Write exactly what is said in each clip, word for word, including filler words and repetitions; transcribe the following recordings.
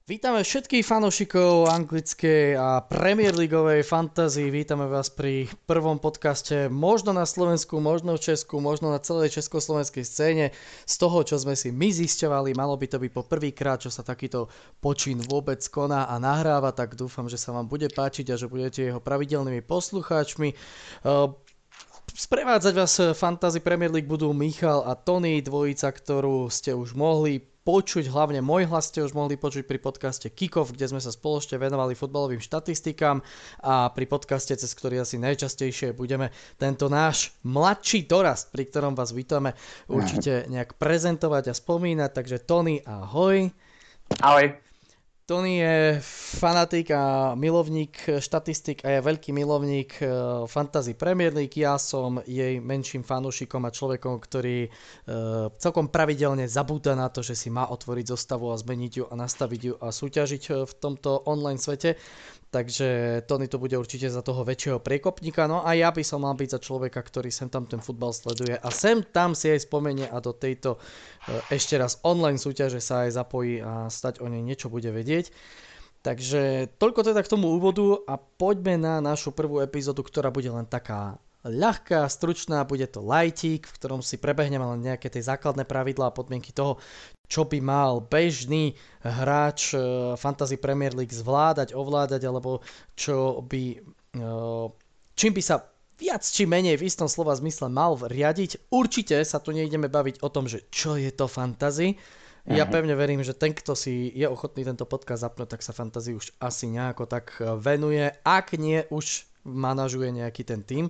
Vítame všetkých fanúšikov anglickej a Premier Leagueovej fantasy. Vítame vás pri prvom podcaste možno na Slovensku, možno v Česku, možno na celej československej scéne. Z toho, čo sme si my zisťovali, malo by to byť po prvýkrát, čo sa takýto počin vôbec koná a nahráva, tak dúfam, že sa vám bude páčiť a že budete jeho pravidelnými poslucháčmi. Sprevádzať vás Fantasy Premier League budú Michal a Tony, dvojica, ktorú ste už mohli počuť, hlavne môj hlas ste už mohli počuť pri podcaste Kickoff, kde sme sa spoločne venovali futbalovým štatistikám, a pri podcaste, cez ktorý asi najčastejšie budeme tento náš mladší dorast, pri ktorom vás vítame, určite nejak prezentovať a spomínať. Takže Tony, ahoj. Ahoj. Tony je fanatik a milovník štatistik a je veľký milovník Fantasy Premier League. Ja som jej menším fanúšikom a človekom, ktorý celkom pravidelne zabúda na to, že si má otvoriť zostavu a zmeniť ju a nastaviť ju a súťažiť v tomto online svete. Takže Tony to bude určite za toho väčšieho priekopníka. No a ja by som mal byť za človeka, ktorý sem tam ten futbal sleduje a sem tam si aj spomenie a do tejto ešte raz online súťaže sa aj zapojí a stať o nej niečo bude vedieť. Takže toľko teda k tomu úvodu a poďme na našu prvú epizódu, ktorá bude len taká ľahká, stručná, bude to lightík, v ktorom si prebehneme len nejaké tie základné pravidlá a podmienky toho, čo by mal bežný hráč Fantasy Premier League zvládať, ovládať, alebo čo by, čím by sa viac či menej v istom slova zmysle mal riadiť. Určite sa tu nejdeme baviť o tom, že čo je to fantasy. Ja pevne verím, že ten, kto si je ochotný tento podcast zapnúť, tak sa fantasy už asi nejako tak venuje, ak nie už manažuje nejaký ten tím.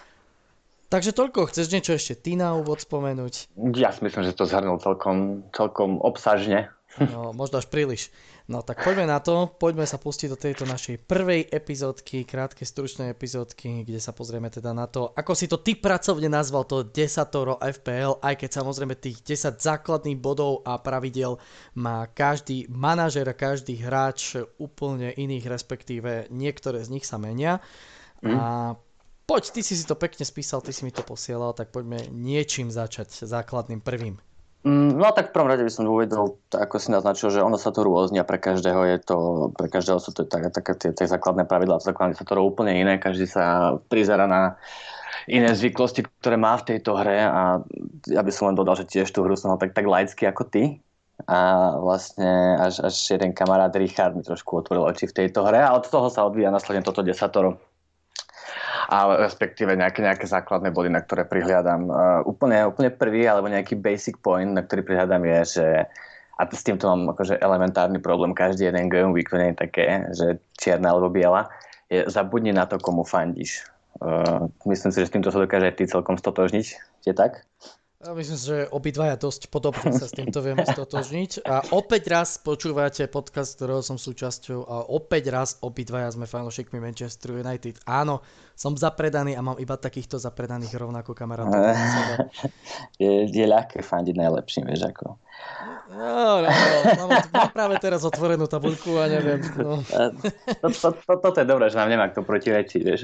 Takže toľko, chceš niečo ešte ty na úvod spomenúť? Ja si myslím, že to zhrnul celkom, celkom obsažne. No, možno až príliš. No tak poďme na to, poďme sa pustiť do tejto našej prvej epizódky, krátkej stručnej epizódky, kde sa pozrieme teda na to, ako si to ty pracovne nazval, to desatoro ef pé el, aj keď samozrejme tých desať základných bodov a pravidiel má každý manažer, každý hráč úplne iných, respektíve niektoré z nich sa menia. Mm. A poď, ty si si to pekne spísal, ty si mi to posielal, tak poďme niečím začať, základným prvým. No tak v prvom rade by som uvedol, ako si naznačil, že ono sa to rôzni a pre každého je to, pre každého sú to také, také tie, tie základné pravidlá, základné sa to úplne iné, každý sa prizerá na iné zvyklosti, ktoré má v tejto hre, a ja by som len dodal, že tiež tú hru som mal tak, tak laicky ako ty. A vlastne až, až jeden kamarát Richard mi trošku otvoril oči v tejto hre a od toho sa odvíja následne toto desatoro. A respektíve nejaké, nejaké základné body, na ktoré prihliadam. Uh, úplne, úplne prvý, alebo nejaký basic point, na ktorý prihliadam, je, že, a s týmto mám akože elementárny problém, každý jeden game week, to nie je také, že čierna alebo biela, je zabudni na to, komu fandíš. Uh, myslím si, že s týmto sa dokáže aj ty celkom stotožniť. Je tak? Ja myslím, že obidvaja dosť podobne sa s týmto vieme stotožniť. A opäť raz počúvate podcast, ktorého som súčasťou, a opäť raz obidvaja sme fanúšikmi Manchester United. Áno, som zapredaný a mám iba takýchto zapredaných rovnako kamarátov. je, je ľahké fandiť najlepším, vieš ako. No, no, no, mám, mám práve teraz otvorenú tabuľku a neviem. No. To, to, to, toto je dobré, že nám nemá kto protirečí, vieš.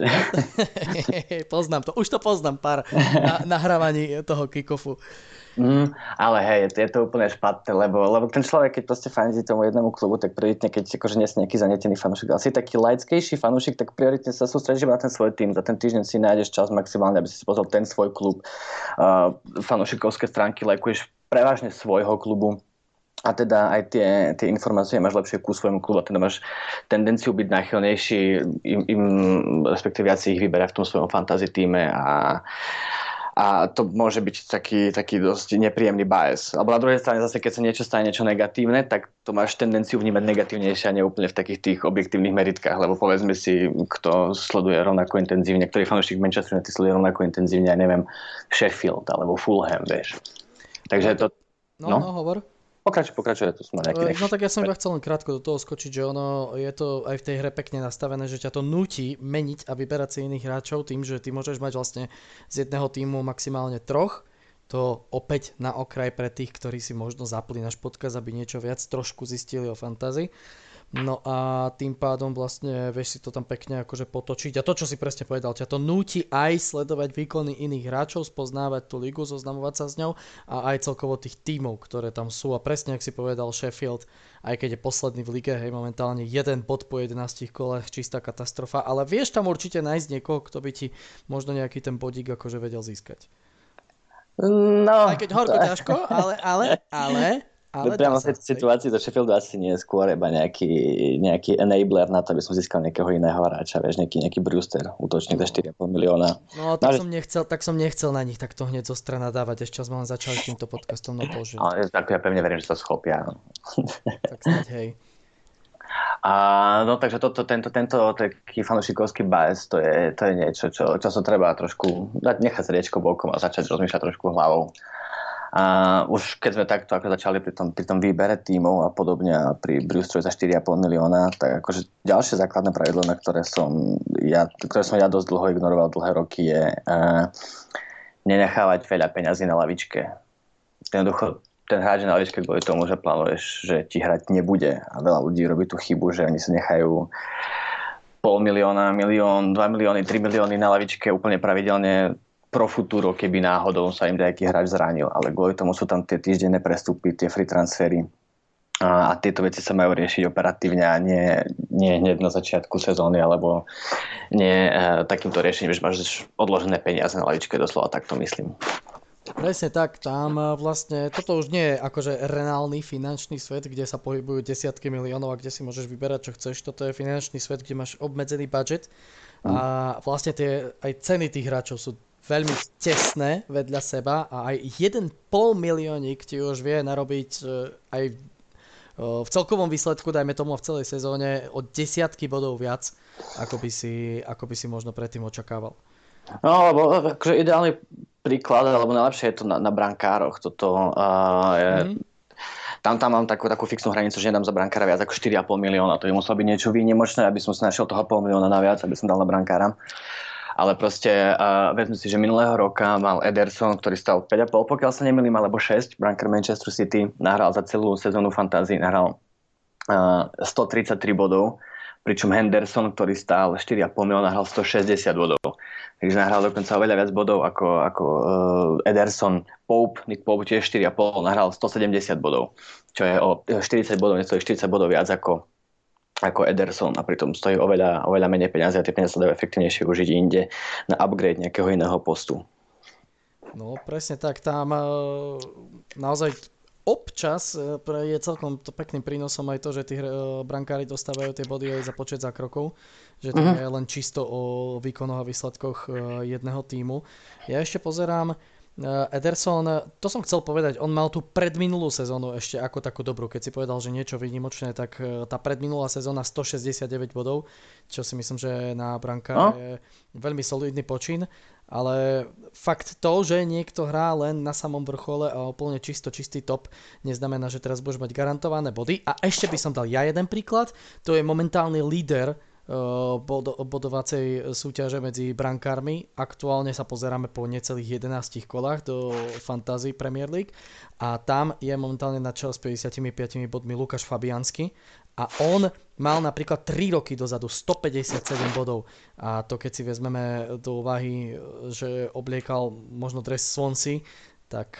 Poznám to, už to poznám pár na, nahrávaní toho kick-offu. Mm, ale hej, je to, je to úplne špatné, lebo, lebo ten človek, keď proste fandí tomu jednému klubu, tak prioritne, keď akože nie si nejaký zanetený fanúšik, ale si taký laickejší fanúšik, tak prioritne sa sústredíš na ten svoj tým. Za ten týždeň si nájdeš čas maximálne, aby si si pozrel ten svoj klub. Uh, fanúšikovské stránky lajkuješ prevažne svojho klubu. A teda aj tie, tie informácie máš lepšie ku svojmu klubu, a teda máš tendenciu byť náchylnejší, im, im, respektíve viac si ich vyberá v tom svojom fantasy týme, a A to môže byť taký, taký dosť nepríjemný bias. Alebo na druhej strane zase, keď sa niečo stane, niečo negatívne, tak to máš tendenciu vnímať negatívnejšie a neúplne v takých tých objektívnych meritkách. Lebo povedzme si, kto sleduje rovnako intenzívne, ktorý fanúšik Manchester United sleduje rovnako intenzívne, ja neviem, Sheffield alebo Fulham, vieš. Takže to... No, no, no hovor. Pokračuj, pokračuj, to som nejaký... No tak ja som iba chcel len krátko do toho skočiť, že ono je to aj v tej hre pekne nastavené, že ťa to núti meniť a vyberať si iných hráčov tým, že ty môžeš mať vlastne z jedného tímu maximálne troch. To opäť na okraj pre tých, ktorí si možno zapli náš podcast, aby niečo viac trošku zistili o fantasy. No a tým pádom vlastne vieš si to tam pekne akože potočiť. A to, čo si presne povedal, ťa to núti aj sledovať výkony iných hráčov, spoznávať tú ligu, zoznamovať sa s ňou a aj celkovo tých tímov, ktoré tam sú. A presne, ak si povedal, Sheffield, aj keď je posledný v lige, hej, momentálne jeden bod po jedenástich kolách, čistá katastrofa. Ale vieš tam určite nájsť niekoho, kto by ti možno nejaký ten bodík akože vedel získať. No, Aj keď horko ťažko, ale, ale, ale... Ale priamo dá v sa, tejto situácii do Sheffieldu asi nie je skôr iba nejaký, nejaký enabler na to, aby som získal nejakého iného hráča, vieš, nejaký, nejaký Brewster, útočník za štyri a pol milióna. No, tak, no, som nechcel, tak som nechcel na nich takto hneď zo strana dávať, ešte sme len začali s týmto podcastom, no bože. Ale tak ja pevne verím, že to schopia. Tak snáď, hej. A, no takže toto, tento, tento taký fanúšikovský bias, to je, to je niečo, čo, čo sa treba trošku dať, nechať riečko bokom a začať rozmýšľať trošku hlavou. A už keď sme takto ako začali pri tom, pri tom výbere tímov a podobne a pri Brewsterovi za štyri a pol milióna, tak akože ďalšie základné pravidlo, na ktoré som ja, ktoré som ja dosť dlho ignoroval dlhé roky, je uh, nenechávať veľa peňazí na lavičke. Jednoducho ten hráč na lavičke kvôli tomu, že plánuješ, že ti hrať nebude a veľa ľudí robí tú chybu, že oni sa nechajú pol milióna, milión, dva milióny, tri milióny na lavičke úplne pravidelne pro futuro, keby náhodou sa im nejaký hráč zranil. Ale kvôli tomu sú tam tie týždenné prestupy, tie free transfery. A, a tieto veci sa majú riešiť operatívne a nie, nie hneď na začiatku sezóny, alebo nie e, takýmto riešením, že máš odložené peniaze na lavičke, doslova tak to myslím. Presne tak, tam vlastne, toto už nie je akože reálny finančný svet, kde sa pohybujú desiatky miliónov a kde si môžeš vyberať, čo chceš. Toto je finančný svet, kde máš obmedzený budget a vlastne tie aj ceny tých hráčov sú veľmi tesné vedľa seba a aj jeden pol miliónik ti už vie narobiť aj v celkovom výsledku, dajme tomu v celej sezóne, o desiatky bodov viac, ako by si, ako by si možno predtým očakával. No, lebo akože ideálny príklad, alebo najlepšie je to na, na brankároch. Toto uh, je... Mm. Tam, tam mám takú, takú fixnú hranicu, že nedám za brankára viac ako štyri a pol milióna. To by muselo byť niečo výnimočné, aby som si našiel toho pol milióna naviac, aby som dal na brankára. Ale proste uh, vezme si, že minulého roka mal Ederson, ktorý stal päť a pol, pokiaľ sa nemýlim, alebo šesť, brankár Manchester City, nahral za celú sezónu fantasy, nahral uh, stotridsaťtri bodov, pričom Henderson, ktorý stál štyri a pol milióna, nahral stošesťdesiat bodov. Takže nahral dokonca oveľa viac bodov ako, ako uh, Ederson. Pope, Nick Pope tiež štyri a pol, nahral stosedemdesiat bodov, čo je o štyridsať bodov, nestojí štyridsať bodov viac ako ako Ederson a pritom stojí oveľa, oveľa menej peniazy a tie peniaze sa dajú efektívnejšie užiť inde na upgrade nejakého iného postu. No presne tak, tam naozaj občas je celkom to pekným prínosom aj to, že tí brankári dostávajú tie body aj za počet zákrokov, že to nie je len čisto o výkonoch a výsledkoch jedného tímu. Ja ešte pozerám Ederson, to som chcel povedať, on mal tú predminulú sezónu ešte ako takú dobrú, keď si povedal, že niečo výnimočné, tak tá predminulá sezóna stošesťdesiatdeväť bodov, čo si myslím, že na brankára je veľmi solidný počin, ale fakt to, že niekto hrá len na samom vrchole a úplne čisto čistý top, neznamená, že teraz budeš mať garantované body. A ešte by som dal ja jeden príklad, to je momentálny líder Bod, bodovacej súťaže medzi brankármi. Aktuálne sa pozeráme po necelých jedenástich kolách do Fantasy Premier League a tam je momentálne na čele s päťdesiatpäť bodmi Lukáš Fabiansky a on mal napríklad tri roky dozadu stopäťdesiatsedem bodov a to keď si vezmeme do úvahy, že obliekal možno dres Swansea, tak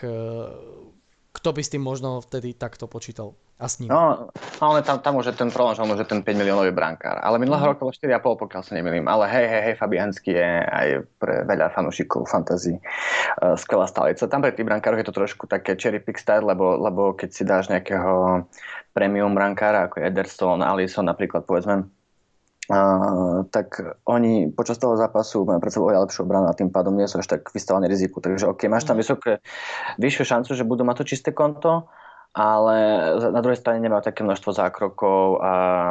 kto by s tým možno vtedy takto počítal? A s ním. No, ale tam, tam už je ten problém, že on už je ten päť miliónový brankár. Ale minulého mm. roka bol štyri a pol, pokiaľ sa nemýlim. Ale hej, hej, hej, Fabiansky je aj pre veľa fanúšikov fantasy uh, skvelá stálica. Tam pre tých brankárov je to trošku také cherry pick style, lebo, lebo keď si dáš nejakého premium brankára, ako je Ederson, Alisson napríklad, povedzme, Uh, tak oni počas toho zápasu majú pred sebou oveľa lepšiu obranu a tým pádom nie sú až tak vystavení riziku. Takže ok, máš tam vysoké, vyššiu šancu, že budú mať to čisté konto, ale na druhej strane nemajú také množstvo zákrokov a,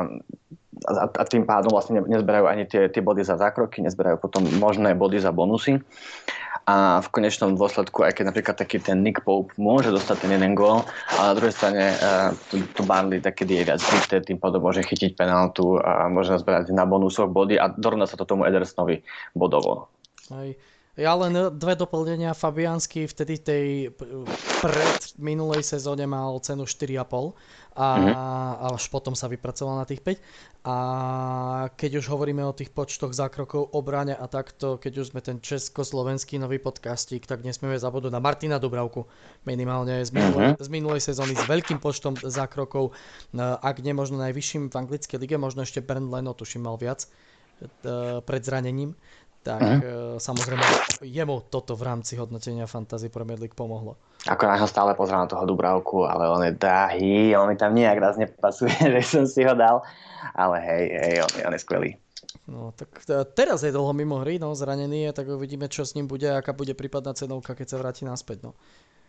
a, a tým pádom vlastne nezberajú ani tie, tie body za zákroky, nezberajú potom možné body za bonusy. A v konečnom dôsledku, aj keď napríklad taký ten Nick Pope môže dostať ten jeden gól, ale na druhej strane uh, to, to Barley takedy je viac zbyté, tým pádom môže chytiť penáltu a môže nazberať na bonusoch body a dorovná sa to tomu Edersonovi bodovo. Aj. Ja len dve doplnenia. Fabiansky vtedy tej pred minulej sezóne mal cenu štyri a pol a Mhm. a až potom sa vypracoval na tých päť. A keď už hovoríme o tých počtoch zákrokov, obrane a takto, keď už sme ten československý nový podcastík, tak nesmieme zabudnúť na Martina Dubravku. Minimálne z minulej, Mhm. z minulej sezóny s veľkým počtom zákrokov, ak nie možno najvyšším v anglickej lige, možno ešte Bernd Leno, tuším, mal viac pred zranením. Tak Mhm. e, samozrejme jemu toto v rámci hodnotenia Fantasy Premier League pomohlo. Ako na ho stále pozerám na toho Dubravku, ale on je drahý, on mi tam nejak raz nepasuje, že som si ho dal. Ale hej, hej, on, je, on je skvelý. No tak e, teraz je dlho mimo hry, no zranený je, tak uvidíme, čo s ním bude, aká bude prípadná cenovka, keď sa vráti naspäť, no.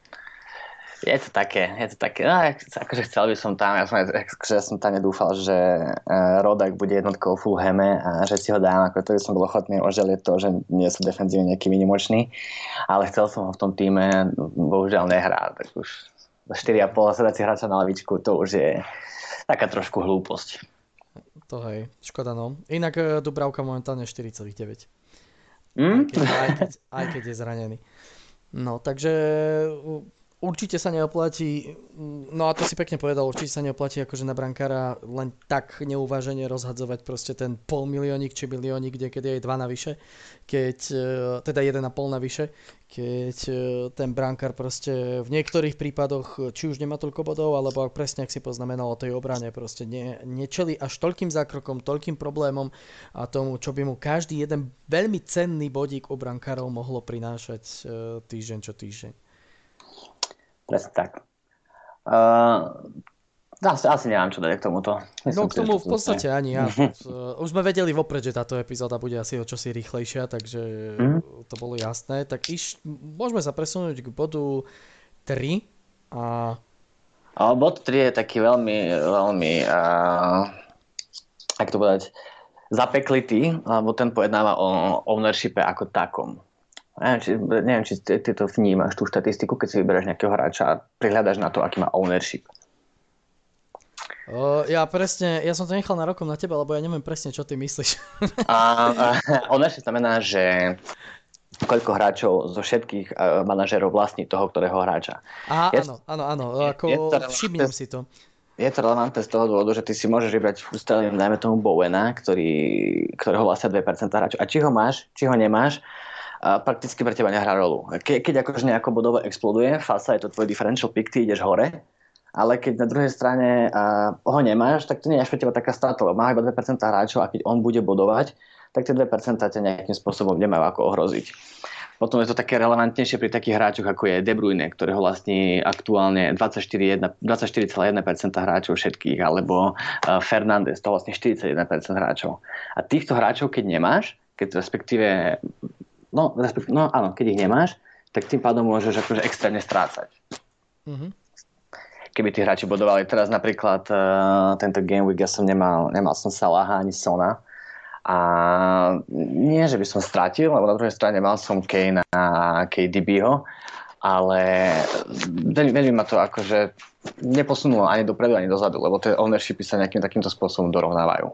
Je to také, je to také, no akože chcel by som tam, ja som, akože ja som tam nedúfal, že uh, Rodak bude jednotkou v Fulhame a že si ho dám, ako to by som bol ochotný oželieť to, že nie sú defenzívne nejaký výnimočný, ale chcel som ho v tom týme, bohužiaľ nehrá, tak už štyri a pol sedať si hráča na lavičku, to už je taká trošku hlúposť. To hej, škoda no. Inak e, Dubravka momentálne štyri celé deväť. Aj Hm? keď, aj, keď, aj keď je zranený. No, takže určite sa neoplatí, no a to si pekne povedal, určite sa neoplatí akože na brankára len tak neuvážene rozhadzovať proste ten pol miliónik či miliónik, niekedy aj dva navyše, keď, teda jeden a pol navyše, keď ten brankár proste v niektorých prípadoch či už nemá toľko bodov, alebo presne ak si poznamenal o tej obrane, proste ne, nečeli až toľkým zákrokom, toľkým problémom a tomu, čo by mu každý jeden veľmi cenný bodík u brankárov mohlo prinášať týždeň čo týždeň. Presne tak. Uh, asi, asi nemám čo dať k tomuto. Myslím no k tomu v podstate ani ja. Už sme vedeli vopred, že táto epizóda bude asi o čosi rýchlejšia, takže mm. to bolo jasné. Tak iš, môžeme sa presunúť k bodu tri. A... A bod tri je taký veľmi, veľmi, uh, ak to povedať, zapeklitý, lebo ten pojednáva o ownershipe ako takom. Neviem, či, neviem, či ty, ty to vnímaš, tú štatistiku, keď si vyberáš nejakého hráča a prihľadaš na to, aký má ownership. O, ja presne, ja som to nechal na rokom na teba, lebo ja neviem presne, čo ty myslíš. a, a ownership znamená, že koľko hráčov zo všetkých uh, manažerov vlastní toho, ktorého hráča. Aha, je, áno, áno, áno, ako všimnem si to. Je to relevantné z toho dôvodu, že ty si môžeš vybrať v ústredí, dajme tomu Bowena, ktorý, ktorého vlastnia dve percentá hráčov. A či ho máš, či ho nemáš, a prakticky pre teba nehrá rolu. Ke, keď akože nejako bodovo exploduje, fasa je to tvoj differential pick, ty ideš hore, ale keď na druhej strane uh, ho nemáš, tak to nie je až pre teba taká strata, lebo má iba dve percentá hráčov a keď on bude bodovať, tak tie dve percentá ťa nejakým spôsobom nemajú ako ohroziť. Potom je to také relevantnejšie pri takých hráčoch, ako je De Bruyne, ktorého vlastní aktuálne dvadsaťštyri celá jeden percent hráčov všetkých, alebo uh, Fernández, to vlastne štyridsaťjeden percent hráčov. A týchto hráčov, keď nemáš, keď respektíve No, no áno, keď ich nemáš, tak tým pádom môžeš akože extrémne strácať. Mm-hmm. Keby tí hráči bodovali. Teraz napríklad uh, tento game week ja som nemal, nemal som Salaha ani Sona. A nie, že by som stratil, lebo na druhej strane mal som Kane a K D B-ho, ale veľmi, veľmi ma to akože neposunulo ani dopredu, ani dozadu, lebo tie ownershipy sa nejakým takýmto spôsobom dorovnávajú.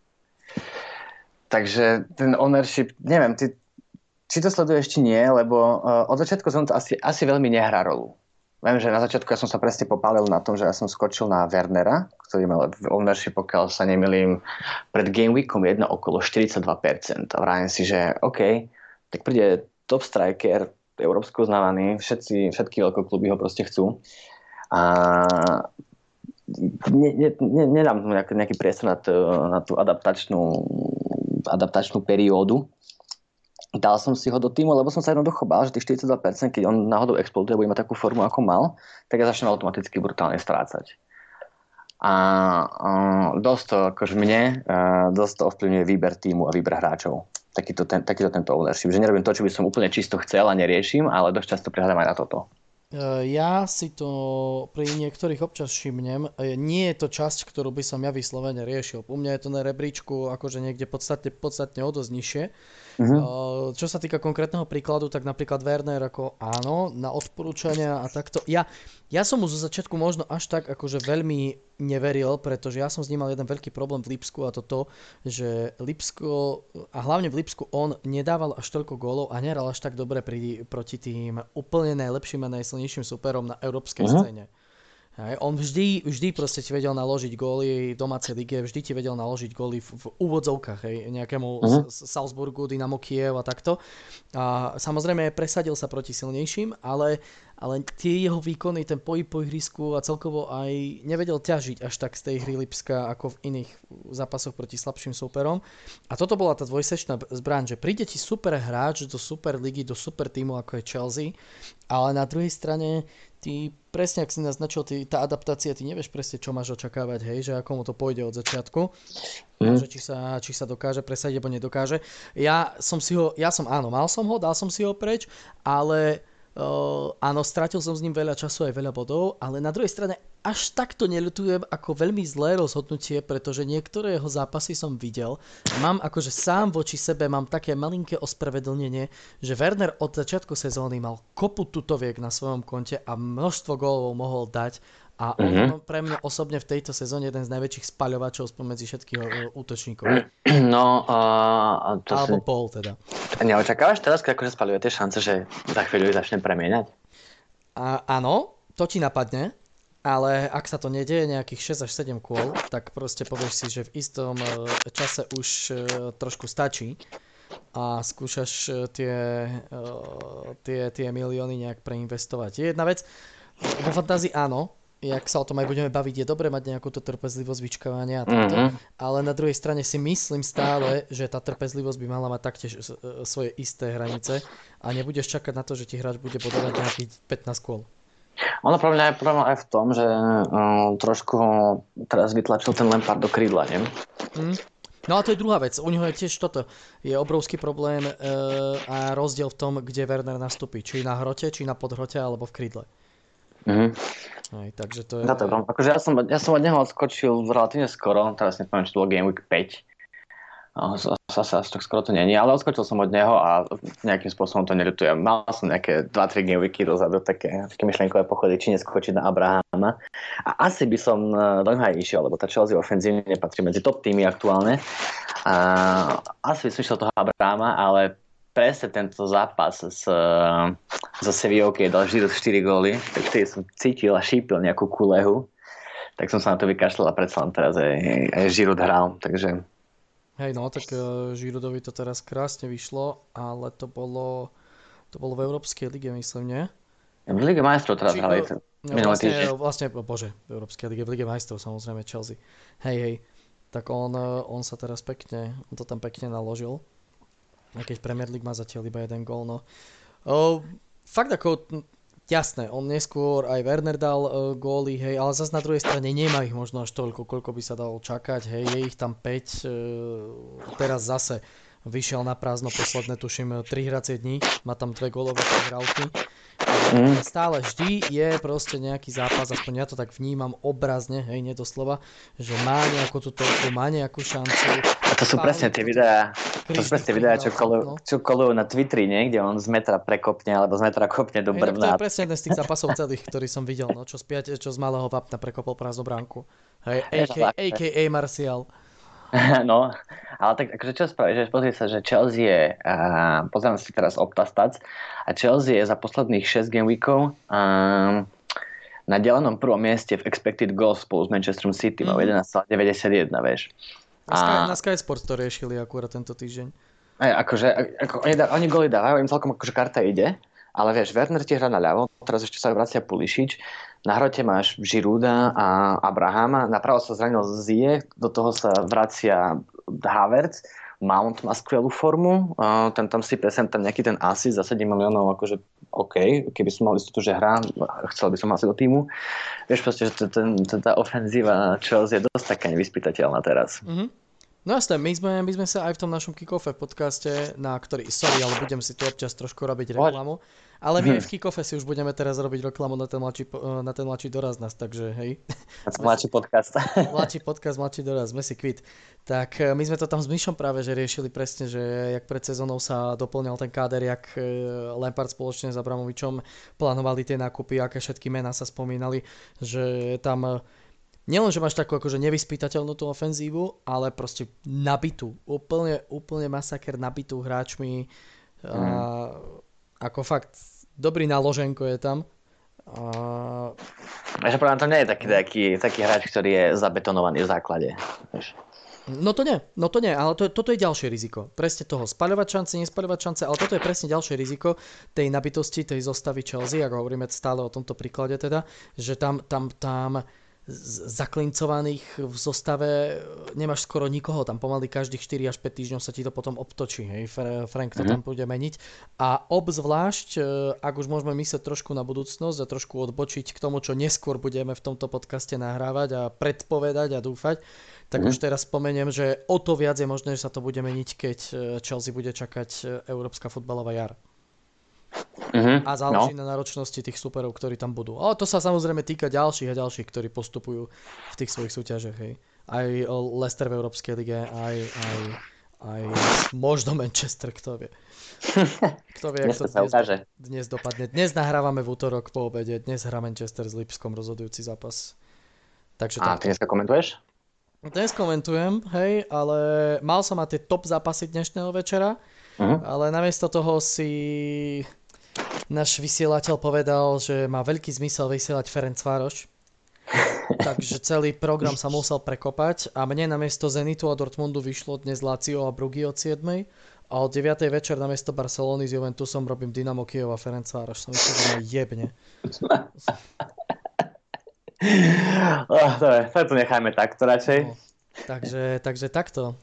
Takže ten ownership, neviem, ty či to sleduješ, či nie, lebo uh, od začiatku som to asi, asi veľmi nehrá rolu. Viem, že na začiatku ja som sa presne popálil na tom, že ja som skočil na Wernera, ktorý mal ownership, pokiaľ sa nemýlim, pred Game Weekom jedno okolo štyridsaťdva percent. A vravím si, že OK, tak príde top striker, európsko uznávaný, všetci, všetky veľkokluby ho proste chcú. A ne, ne, ne, nedám mu nejaký, nejaký priestor na, to, na tú adaptačnú, adaptačnú periódu. Dal som si ho do týmu, lebo som sa jednoducho bál, že tých štyridsaťdva percent, keď on náhodou exploduje a bude mať takú formu, ako mal, tak ja začnem automaticky brutálne strácať. A uh, dosť to, akože mne, uh, dosť to ovplyvňuje výber týmu a výber hráčov. Takýto, ten, takýto tento ownership. Že nerobím to, čo by som úplne čisto chcel a neriešim, ale dosť často prihľadám aj na toto. Ja si to pri niektorých občas všimnem. Nie je to časť, ktorú by som ja vyslovene riešil. U mňa je to na rebríčku akože niekde podstatne, podstatne o dosť nižšie. Uh-huh. Čo sa týka konkrétneho príkladu, tak napríklad Werner ako áno, na odporúčania a takto. Ja, ja som mu zo začiatku možno až tak akože veľmi neveril, pretože ja som s ním mal jeden veľký problém v Lipsku a to to, že Lipsko, a hlavne v Lipsku on nedával až toľko gólov a nehral až tak dobre pri, proti tým úplne najlepším a najsilnejším superom na európskej Uh-huh. scéne. Hej, on vždy, vždy proste ti vedel naložiť góly v domácej lige, vždy ti vedel naložiť góly v, v úvodzovkách, hej, nejakému Uh-huh. S- Salzburgu, Dynamo Kiev a takto. A samozrejme presadil sa proti silnejším, ale, ale tie jeho výkony, ten pohyb po ihrisku a celkovo aj nevedel ťažiť až tak z tej hry Lipska ako v iných zápasoch proti slabším súperom. A toto bola tá dvojsečná zbraň, že príde ti super hráč do super ligy, do super týmu ako je Chelsea, ale na druhej strane ty presne, ak si naznačil, ty, tá adaptácia, ty nevieš presne, čo máš očakávať, hej, že ako mu to pôjde od začiatku, Mm. že či sa, či sa dokáže presadiť, alebo nedokáže. Ja som si ho, ja som áno, mal som ho, dal som si ho preč, ale uh, áno, stratil som s ním veľa času aj veľa bodov, ale na druhej strane až takto neľutujem ako veľmi zlé rozhodnutie, pretože niektoré jeho zápasy som videl. Mám akože sám voči sebe, mám také malinké ospravedlnenie, že Werner od začiatku sezóny mal kopu tutoviek na svojom konte a množstvo gólov mohol dať a on Mhm. je pre mňa osobne v tejto sezóne jeden z najväčších spaľovačov spomedzi všetkých uh, útočníkov. No, uh, to Alebo si... bol teda. Neočakávaš teraz, keď akože spaľuje tie šance, že za chvíľu ich začne premieňať? A áno, to ti napadne, ale ak sa to nedieje nejakých šesť až sedem kôl, tak proste povieš si, že v istom e, čase už e, trošku stačí a skúšaš e, tie, e, tie, tie milióny nejak preinvestovať. Je jedna vec, vo fantázii áno, jak sa o tom aj budeme baviť, je dobré mať nejakú tú trpezlivosť vyčkávania a takto, Mhm. ale na druhej strane si myslím stále, že tá trpezlivosť by mala mať taktiež e, svoje isté hranice a nebudeš čakať na to, že ti hráč bude bodovať nejakých pätnásť kôl. Ono pre mňa je problém aj v tom, že um, trošku ho teraz vytlačil ten Lampard do krídla, nie? Mm. No a to je druhá vec. U neho je tiež toto. Je obrovský problém e, a rozdiel v tom, kde Werner nastúpi. Či na hrote, či na podhrote, alebo v krídle. Mhm. Hej, takže to je... Za to je problém. Akože ja som, ja som od neho odskočil relatívne skoro, teraz neviem, či to bolo Game Week päť. Zase až tak skoro to není, ale odskočil som od neho a nejakým spôsobom to neľutujem. Mal som nejaké dva tri Game Weeky dozadu, také, také myšlenkové pochody, či neskočiť na Abrahama. A asi by som do neho aj išiel, lebo tá Chelsea ofenzívne nepatrí medzi top týmy aktuálne. A asi by som išiel toho Abrahama, ale presne tento zápas s, so Sevillou, keď dal Giroud štyri góly, tak vtedy som cítil a šípil nejakú kulehu. Tak som sa na to vykašľal a predsa len teraz aj, aj Giroud hral, takže... Hej, no, tak uh, Giroudovi to teraz krásne vyšlo, ale to bolo, to bolo v Európskej lige, myslím, nie? V Lige majstrov teraz Či, hrali uh, minulý vlastne, týždeň. vlastne, bože, v Európskej lige, v Lige majstrov samozrejme Chelsea. Hej, hej, tak on, uh, on sa teraz pekne, on to tam pekne naložil. A keď Premier League má zatiaľ iba jeden gól, no. Uh, fakt ako, jasné, on neskôr aj Werner dal uh, góly, hej, ale zase na druhej strane nemá ich možno až toľko, koľko by sa dalo čakať, hej, je ich tam päť, uh, teraz zase vyšiel na prázdno posledné, tuším, tri hracie dní, má tam dve gólové prihrávky. Mm. Stále vždy je proste nejaký zápas, aspoň ja to tak vnímam obrazne, hej, nie doslova, že má nejakú tú toľku, má nejakú šancu. A to sú presne tie videá, to sú presne tie videá, čo kolujú, čo kolujú na Twitteri, nie? Kde on z metra prekopne, alebo z metra kopne do Hej, no to brvna. je presne jeden z tých zápasov celých, ktorý som videl, no, čo z, piate, čo z malého vápna prekopol prázdnu bránku. Hej, Je to tak, á ká á Martial. No, ale tak akože čo spravíš, že pozri sa, že Chelsea je, uh, pozerám si teraz Optastats, a Chelsea je za posledných šesť game weekov um, na delenom prvom mieste v expected goals spolu s Manchesterom City, má Mhm. jedenásť celá deväťdesiatjeden, vieš. Na Sky, A- na Sky Sport to riešili akurát tento týždeň. Aj, akože, ako, oni, dá, oni goly dávajú, im celkom akože karta ide, ale vieš, Werner ti hrá na ľavo, teraz ešte sa vracia Pulisic, na hrote máš Girouda a Abrahama, napravo sa zranil Ziyech, do toho sa vracia Havertz, Mount má skvelú formu, uh, ten tam sype sem tam nejaký ten assist za sedem miliónov, akože OK, keby som mal istotu, že hrá, chcel by som asi do týmu. Vieš proste, že ten, ten, tá ofenzíva Chelsea je dosť taká nevyspytateľná teraz. Mhm. No jasné, my sme, my sme sa aj v tom našom kick-offe podcaste, na ktorý, sorry, ale budem si tu občas trošku robiť reklamu, ale my aj v kick-offe si už budeme teraz robiť reklamu na ten mladší, po- na ten mladší doraz nás, takže hej. A to mladší podcast. Mladší podcast, mladší doraz, sme si kvit. Tak e, my sme to tam s Myšom práve že riešili presne, že jak pred sezónou sa doplňal ten káder, jak e, Lampard spoločne s Abramovičom plánovali tie nákupy, aké všetky mená sa spomínali, že tam e, Nielen, že máš takú akože nevyspytateľnú tú ofenzívu, ale proste nabitú. Úplne, úplne masaker nabitú hráčmi. Mm. A, ako fakt, dobrý naloženko je tam. A, Takže podľa mňa to nie je taký, no. taký, taký hráč, ktorý je zabetonovaný v základe. Vieš. No to nie, no to nie, ale to, toto je ďalšie riziko. Presne toho, spaľovať šance, nespaľovať šance, ale toto je presne ďalšie riziko tej nabitosti, tej zostavy Chelsea, ako hovoríme stále o tomto príklade teda, že tam, tam, tam zaklincovaných v zostave nemáš skoro nikoho, tam pomaly každých štyri až päť týždňov sa ti to potom obtočí, hej, Frank to mm-hmm. tam bude meniť a obzvlášť, ak už môžeme myslieť trošku na budúcnosť a trošku odbočiť k tomu, čo neskôr budeme v tomto podcaste nahrávať a predpovedať a dúfať, tak mm-hmm. už teraz spomeniem, že o to viac je možné, že sa to bude meniť, keď Chelsea bude čakať Európska futbalová jar. Mm-hmm. A záleží no. na náročnosti tých superov, ktorí tam budú. Ale to sa samozrejme týka ďalších a ďalších, ktorí postupujú v tých svojich súťažiach. Hej. Aj Leicester v Európskej lige, aj, aj, aj možno Manchester, kto vie. Kto vie, dnes ako to dnes, do, dnes dopadne. Dnes nahrávame v útorok po obede, dnes hrá Manchester s Lipskom rozhodujúci zápas. Takže a ty dneska komentuješ? Dnes komentujem, hej, ale mal som mať tie top zápasy dnešného večera, uh-huh. ale namiesto toho si náš vysielateľ povedal, že má veľký zmysel vysielať Ferencvároš. Takže celý program sa musel prekopať a mne namiesto Zenitu a Dortmundu vyšlo dnes Lazio a Bruggy od siedmej a od deviatej večer namiesto Barcelony s Juventusom robím Dynamo Kyjov a Ferencvároš. Som myslel, že ma jebne. Oh, to je, to nechajme takto radšej. No, takže, takže takto.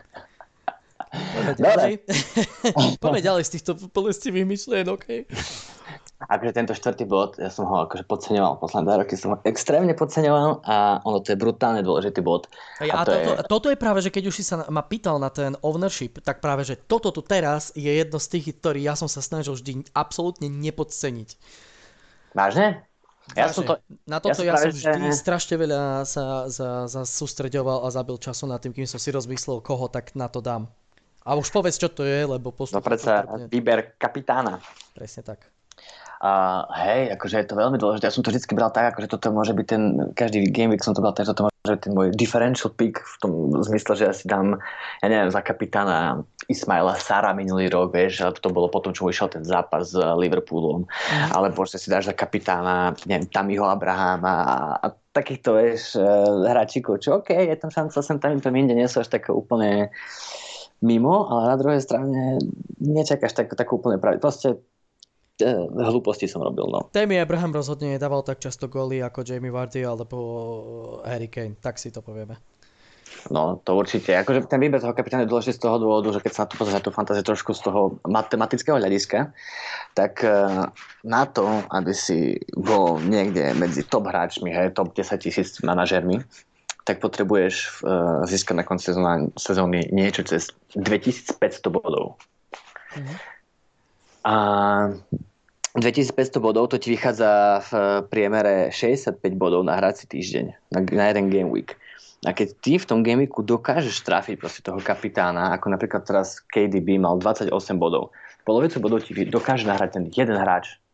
Poďme ďalej. Poďme ďalej z týchto bolestivých myšlienok. Okay? Akože tento štvrtý bod, ja som ho akože podceňoval. Posledné dva roky som ho extrémne podceňoval a ono to je brutálne dôležitý bod. A, a to toto, je... toto je práve, že keď už si sa ma pýtal na ten ownership, tak práve, že toto tu teraz je jedno z tých, ktorý ja som sa snažil vždy absolútne nepodceniť. Vážne? Ja som to, na toto ja, ja som vždy že... strašne veľa sa, sa, sa sústreďoval a zabil času nad tým, kým som si rozmyslel, koho tak na to dám. A už povedz, čo to je, lebo postup... No predsa výber kapitána. Presne tak. Uh, hej, akože je to veľmi dôležité. Ja som to vždycky bral tak, akože toto môže byť ten, každý game week som to bral tak, že toto môže byť ten môj differential pick v tom zmysle, že ja si dám, ja neviem, za kapitána Ismaila Sara minulý rok, vieš, ale to bolo potom, čo išiel ten zápas s Liverpoolom. Mm. Alebo že si dáš za kapitána, neviem, Tammyho Abrahama a, a takýchto, vieš, hráčikov, čo okej, okay, je tam šanca, sem tam im to inde, nie sú až také úplne mimo, ale na druhej strane nečakáš tak, tak úplne pravdu. Proste e, hlúposti som robil, no. Tammy Abraham rozhodne nedával tak často góly ako Jamie Vardy alebo Harry Kane, tak si to povieme. No, to určite. Akože ten výber toho kapitána je dôležitý z toho dôvodu, že keď sa na to pozrieš na tú fantáziu trošku z toho matematického hľadiska, tak na to, aby si bol niekde medzi top hráčmi, hej, top desaťtisíc manažérmi, tak potrebuješ uh, získať na konci sezóny niečo cez dvetisícpäťsto bodov. Mm-hmm. A dvetisícpäťsto bodov to ti vychádza v priemere šesťdesiatpäť bodov na hrací týždeň, na, na jeden game week. A keď ty v tom game weeku dokážeš trafiť proste toho kapitána, ako napríklad teraz K D B mal dvadsaťosem bodov, polovicu bodov ti dokáže nahrať ten jeden hráč.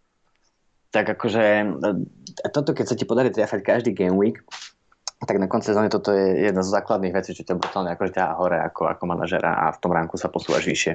Tak akože toto, keď sa ti podarí trafať každý game week, tak na konci sezóny toto je jedna z základných vecí, čo ťa brutálne akože ťa hore ako, ako manažera a v tom ránku sa posúvaš vyššie.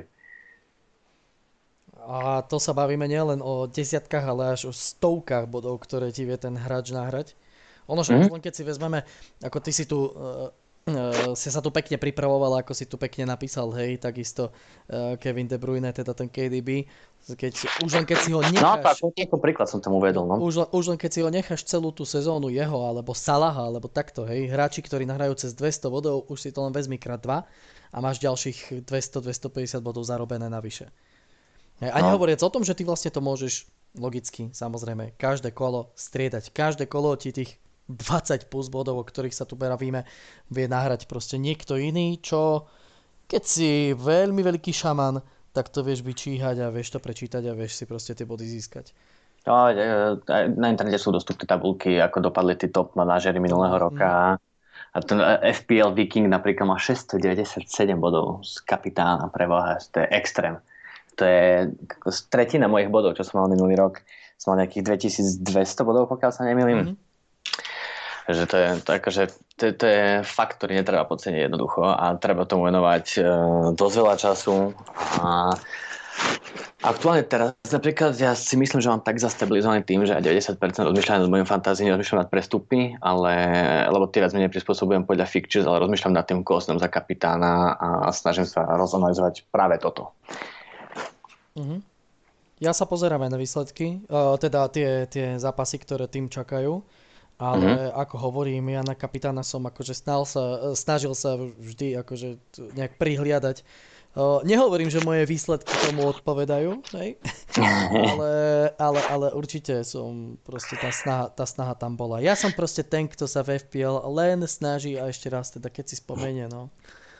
A to sa bavíme nielen o desiatkách, ale až o stovkách bodov, ktoré ti vie ten hráč nahrať. Ono, že mm-hmm. len keď si vezmeme, ako ty si tu uh, uh, si sa tu pekne pripravoval, ako si tu pekne napísal, hej, takisto uh, Kevin De Bruyne, teda ten K D B, keď, už len keď si ho necháš... No, tak, ako príklad som tomu uvedol, no. Už, už len keď si ho necháš celú tú sezónu jeho, alebo Salaha, alebo takto, hej, hráči, ktorí nahrajú cez dvesto bodov, už si to len vezmi krát dva a máš ďalších dvesto až dvestopäťdesiat bodov zarobené navyše. Hej, a no. Nehovoriac o tom, že ty vlastne to môžeš logicky, samozrejme, každé kolo striedať. Každé kolo ti tých dvadsať plus bodov, o ktorých sa tu bavíme, vie nahrať proste niekto iný, čo keď si veľmi veľký šaman, tak to vieš vyčíhať a vieš to prečítať a vieš si proste tie body získať. No, na internete sú dostupné tabulky, ako dopadli tí top manažery minulého mm. roka. A ten F P L Viking napríklad má šesťstodeväťdesiatsedem bodov z kapitána prevaha. To je extrém. To je tretina mojich bodov, čo som mal minulý rok. Som mal nejakých dvetisícdvesto bodov, pokiaľ sa nemýlim. Mm. Že to je, to, akože, to, to je fakt, ktorý netreba podceniť jednoducho a treba tomu venovať uh, dosť veľa času a aktuálne teraz napríklad ja si myslím, že mám tak zastabilizovaný tým, že aj deväťdesiat percent rozmýšľam nad mojím fantázii, nerozmýšľam nad prestupmi, ale, lebo tie viac menej prispôsobujem podľa fixtures, ale rozmýšľam nad tým, koho som za kapitána a snažím sa rozanalizovať práve toto. Mhm. Ja sa pozerám aj na výsledky, uh, teda tie, tie zápasy, ktoré tým čakajú, ale Mhm. ako hovorím, ja na kapitána som akože snal sa, snažil sa vždy akože t- nejak prihliadať. Uh, nehovorím, že moje výsledky tomu odpovedajú, hej? Ale, ale, ale určite som proste tá snaha, tá snaha tam bola. Ja som proste ten, kto sa v ef pé el len snaží a ešte raz teda keď si spomenie, no.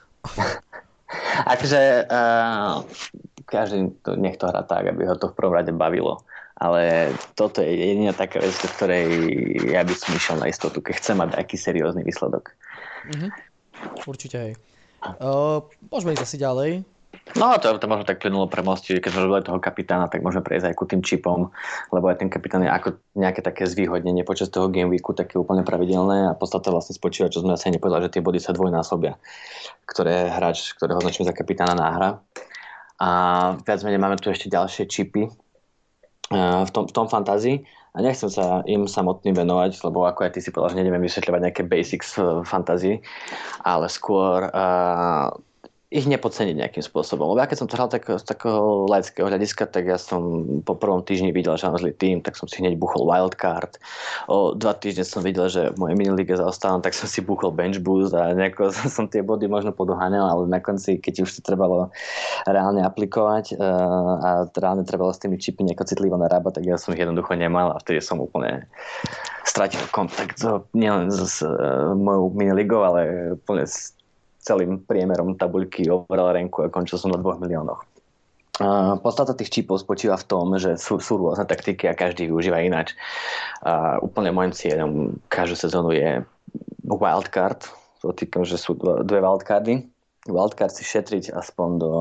Akože uh, každý to, nech to hrá tak, aby ho to v prvom rade bavilo. Ale toto je jediná taká vec, do ktorej ja by som išiel na istotu, keď chcem mať aký seriózny výsledok. Mhm, určite hej. Uh, môžeme ísť asi ďalej. No to, to možno tak plynulo pre mosti, keď sme robili toho kapitána, tak môžeme prejsť aj ku tým čipom, lebo aj ten kapitán je ako nejaké také zvýhodnenie počas toho game weeku, také úplne pravidelné a podstata vlastne spočíva, čo sme asi nepovedali, že tie body sa dvojnásobia, ktoré hráč, ktorého označíme za kapitána náhra. A viac menej máme tu ešte ďalšie čipy uh, v tom, v tom fantázii. A nechcem sa im samotným venovať, lebo ako aj ty si povedal, že nejdeme vysvetľovať nejaké basics v fantázii, ale skôr uh, ich nepodceniť nejakým spôsobom. Lebo ja keď som to hral tak, z takého laického hľadiska, tak ja som po prvom týždni videl, že mám zlý tým, tak som si hneď buchol wildcard. O dva týždne som videl, že v mojej minilíge zaostávam, tak som si buchol bench boost a nejako som tie body možno podoháňal, ale na konci, keď už to trebalo reálne aplikovať uh, a reálne trebalo s tými čipy nejako citlivo narábať, tak ja som ich jednoducho nemal a vtedy som úplne stratil kontakt so, nielen s uh, mojou miniligou, ale úplne s celým priemerom tabuľky overall ranku a končil som na dvoch miliónoch. Uh, podstata tých čipov spočíva v tom, že sú, sú rôzne taktiky a každý využíva ináč. Uh, úplne môjim cieľom každú sezónu je wildcard. To týkam, že sú dve wildcardy. Wildcard si šetriť aspoň do,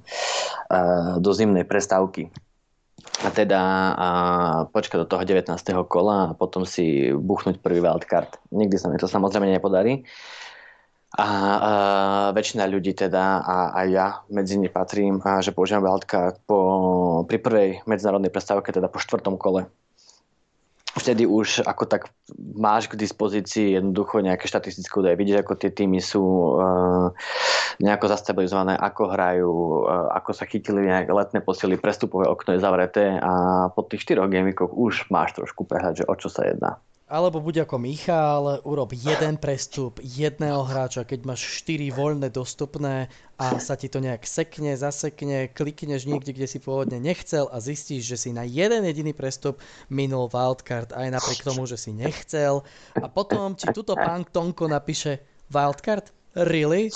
uh, do zimnej prestávky. A teda uh, počkať do toho devätnásteho kola a potom si buchnúť prvý wildcard. Nikdy sa mi to samozrejme nepodarí. A, a väčšina ľudí teda a aj ja medzi ne patrím, a že používam wildcard po, pri prvej medzinárodnej prestávke, teda po štvrtom kole. Vtedy už ako tak máš k dispozícii jednoducho nejaké štatistické údaje. Vidíš, ako tie týmy sú uh, nejako zastabilizované, ako hrajú, uh, ako sa chytili nejaké letné posily, prestupové okno je zavreté a po tých štyroch gameweekoch už máš trošku prehľad, že o čo sa jedná. Alebo buď ako Michal, urob jeden prestup jedného hráča, keď máš štyri voľné dostupné a sa ti to nejak sekne, zasekne, klikneš niekde, kde si pôvodne nechcel a zistíš, že si na jeden jediný prestup minul wildcard aj napriek tomu, že si nechcel. A potom ti tuto pán Tonko napíše wildcard? Really?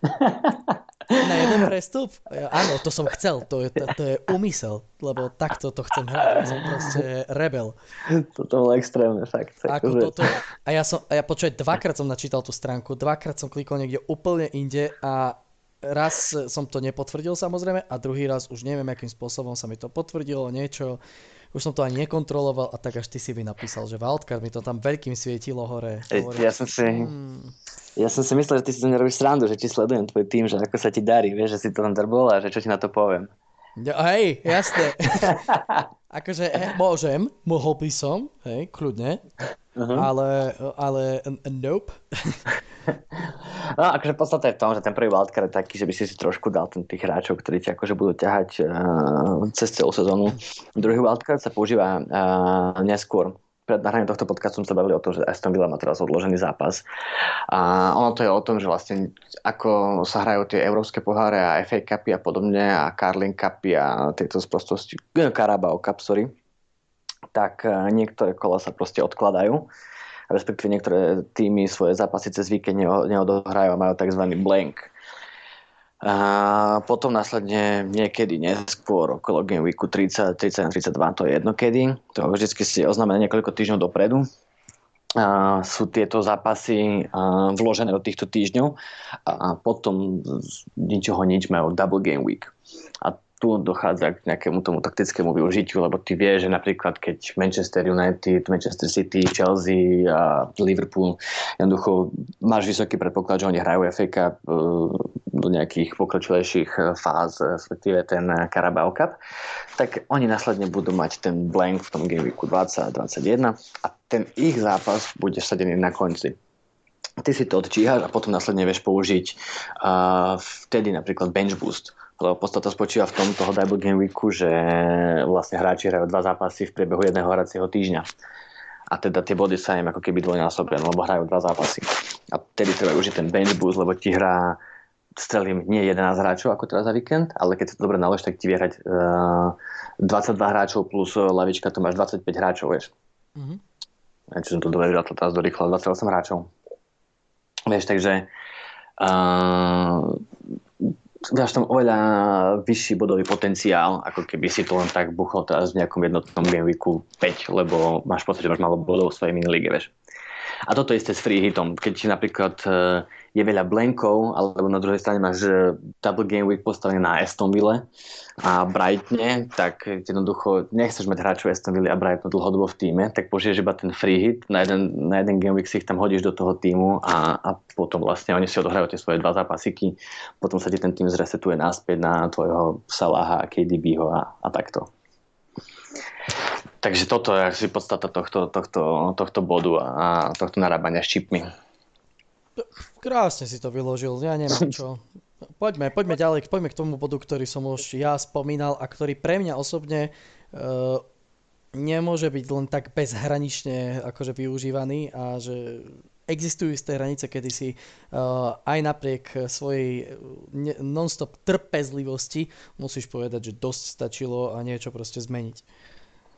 Na jeden prestup? Ja, áno, to som chcel, to je, to, to je úmysel, lebo takto to chcem hrať, ja som proste rebel. Toto bolo extrémne, fakt. Ako Akože... toto, a ja som, a ja počujem, dvakrát som načítal tú stránku, dvakrát som klikol niekde úplne inde a raz som to nepotvrdil samozrejme a druhý raz už neviem, akým spôsobom sa mi to potvrdilo, niečo, už som to ani nekontroloval a tak až ty si mi napísal, že wildcard mi to tam veľkým svietilo hore. Hovorím, Ja som si... hmm. Ja som si myslel, že ty si to nerobíš srandu, že ti sledujem tvoj tým, že ako sa ti darí, vieš, že si to tam drbol a že čo ti na to poviem. Ja, hej, jasné. Akože he, môžem, mohol by som, hej, kľudne, uh-huh. ale, ale nope. No, akože podstata je v tom, že ten prvý wildcard je taký, že by si si trošku dal ten tých hráčov, ktorí ti akože budú ťahať uh, cez celú sezónu. Druhý wildcard sa používa uh, neskôr. Pred nahraním tohto podcastu sme sa bavili o tom, že Aston Villa má teraz odložený zápas. A ono to je o tom, že vlastne ako sa hrajú tie európske poháre a ef á Cupy a podobne a Carling Cupy a tieto sprostosti, Carabao Cup, sorry, tak niektoré kola sa proste odkladajú. Respektíve niektoré týmy svoje zápasy cez víkend neodohrajú a majú tzv. Blank. A potom následne niekedy neskôr okolo Game Weeku tridsať, tridsať, tridsaťdva, to je jedno kedy. To vždycky si oznámené niekoľko týždňov dopredu. A sú tieto zápasy a, vložené do týchto týždňov a potom z ničoho nič majú Double Game Week. A tu dochádza k nejakému tomu taktickému využitiu, lebo ty vieš, že napríklad keď Manchester United, Manchester City, Chelsea a Liverpool, jednoducho máš vysoký predpoklad, že oni hrajú ef á Cup do nejakých pokročilejších fáz, respektíve ten Carabao Cup, tak oni následne budú mať ten blank v tom Game Weeku dvadsať dvadsaťjeden a ten ich zápas bude vsadený na konci. Ty si to odčíhaš a potom následne vieš použiť uh, vtedy napríklad bench boost. Lebo podstata spočíva v tom toho double game weeku, že vlastne hráči hrajú dva zápasy v priebehu jedného hracieho týždňa. A teda tie body sa im ako keby dvojnásobia, lebo hrajú dva zápasy. A vtedy treba užiť ten bench boost, lebo ti hrá, strelím, nie jedenásť hráčov ako teraz za víkend, ale keď si to dobre nalož, tak ti vie hrať uh, dvadsaťdva hráčov plus lavička, to máš dvadsaťpäť hráčov, vieš. Mm-hmm. Ja, či som to dobre vyrátol teraz do rýchla, dvadsaťosem hráčov. Vieš, takže uh, dáš tam oveľa vyšší bodový potenciál, ako keby si to len tak buchol teraz v nejakom jednotnom game weeku päť, lebo máš pocit, že máš málo bodov v svojej minilíge, vieš. A toto isté s free hitom. Keď napríklad je veľa blankov, alebo na druhej strane máš double game week postavený na Aston Ville a Brightone, tak jednoducho nechceš mať hráčov Aston Ville a Brighton dlhodobo v týme, tak požiješ iba ten free hit, na jeden, na jeden game week si ich tam hodíš do toho týmu a, a potom vlastne oni si odohrajú tie svoje dva zápasiky, potom sa ti ten tým zresetuje naspäť na tvojho Salaha, K D B-ho a, a takto. Takže toto je asi podstata tohto, tohto, tohto bodu a tohto narábania s čipmi. Krásne si to vyložil, ja nemám čo. Poďme, poďme ďalej, poďme k tomu bodu, ktorý som už ja spomínal a ktorý pre mňa osobne uh, nemôže byť len tak bezhranične akože využívaný a že existujú isté hranice, kedy si uh, aj napriek svojej ne- non-stop trpezlivosti musíš povedať, že dosť stačilo a niečo proste zmeniť.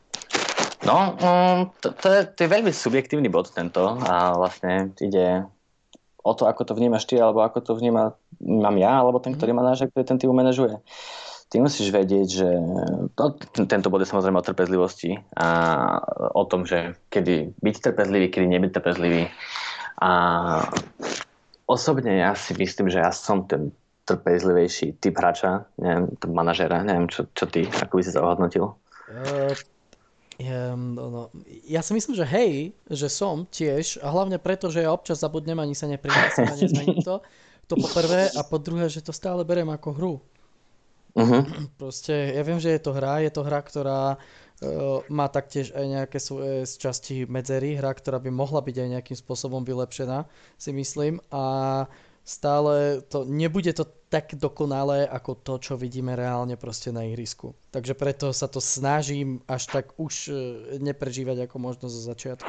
No, to, to, je, to je veľmi subjektívny bod tento a vlastne ide o to, ako to vnímaš ty, alebo ako to vníma, vnímam ja, alebo ten, ktorý manažer, ktorý ten tým manažuje. Ty musíš vedieť, že to, tento bod je samozrejme o trpezlivosti a o tom, že kedy byť trpezlivý, kedy nebyť trpezlivý. A osobne ja si myslím, že ja som ten trpezlivejší typ hráča, neviem, manažera, neviem, čo, čo ty, ako by si sa ohodnotil. Uh... Ja, no, no. ja si myslím, že hej, že som tiež a hlavne preto, že ja občas zabudnem ani sa neprihlásim a nezmením to. To po prvé a po druhé, že to stále beriem ako hru. Uh-huh. Proste ja viem, že je to hra, je to hra, ktorá uh, má taktiež aj nejaké svoje z časti medzery, hra, ktorá by mohla byť aj nejakým spôsobom vylepšená, si myslím a stále to, nebude to tak dokonalé ako to, čo vidíme reálne proste na ihrisku. Takže preto sa to snažím až tak už neprežívať ako možno zo začiatku.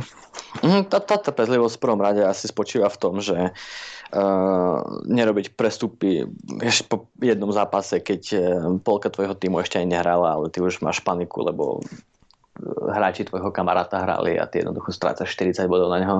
Tá trpezlivosť v prvom rade asi spočíva v tom, že uh, nerobiť prestupy ešte po jednom zápase, keď polka tvojho týmu ešte aj nehrala, ale ty už máš paniku, lebo hráči tvojho kamaráta hrali a ty jednoducho strácaš štyridsať bodov na neho.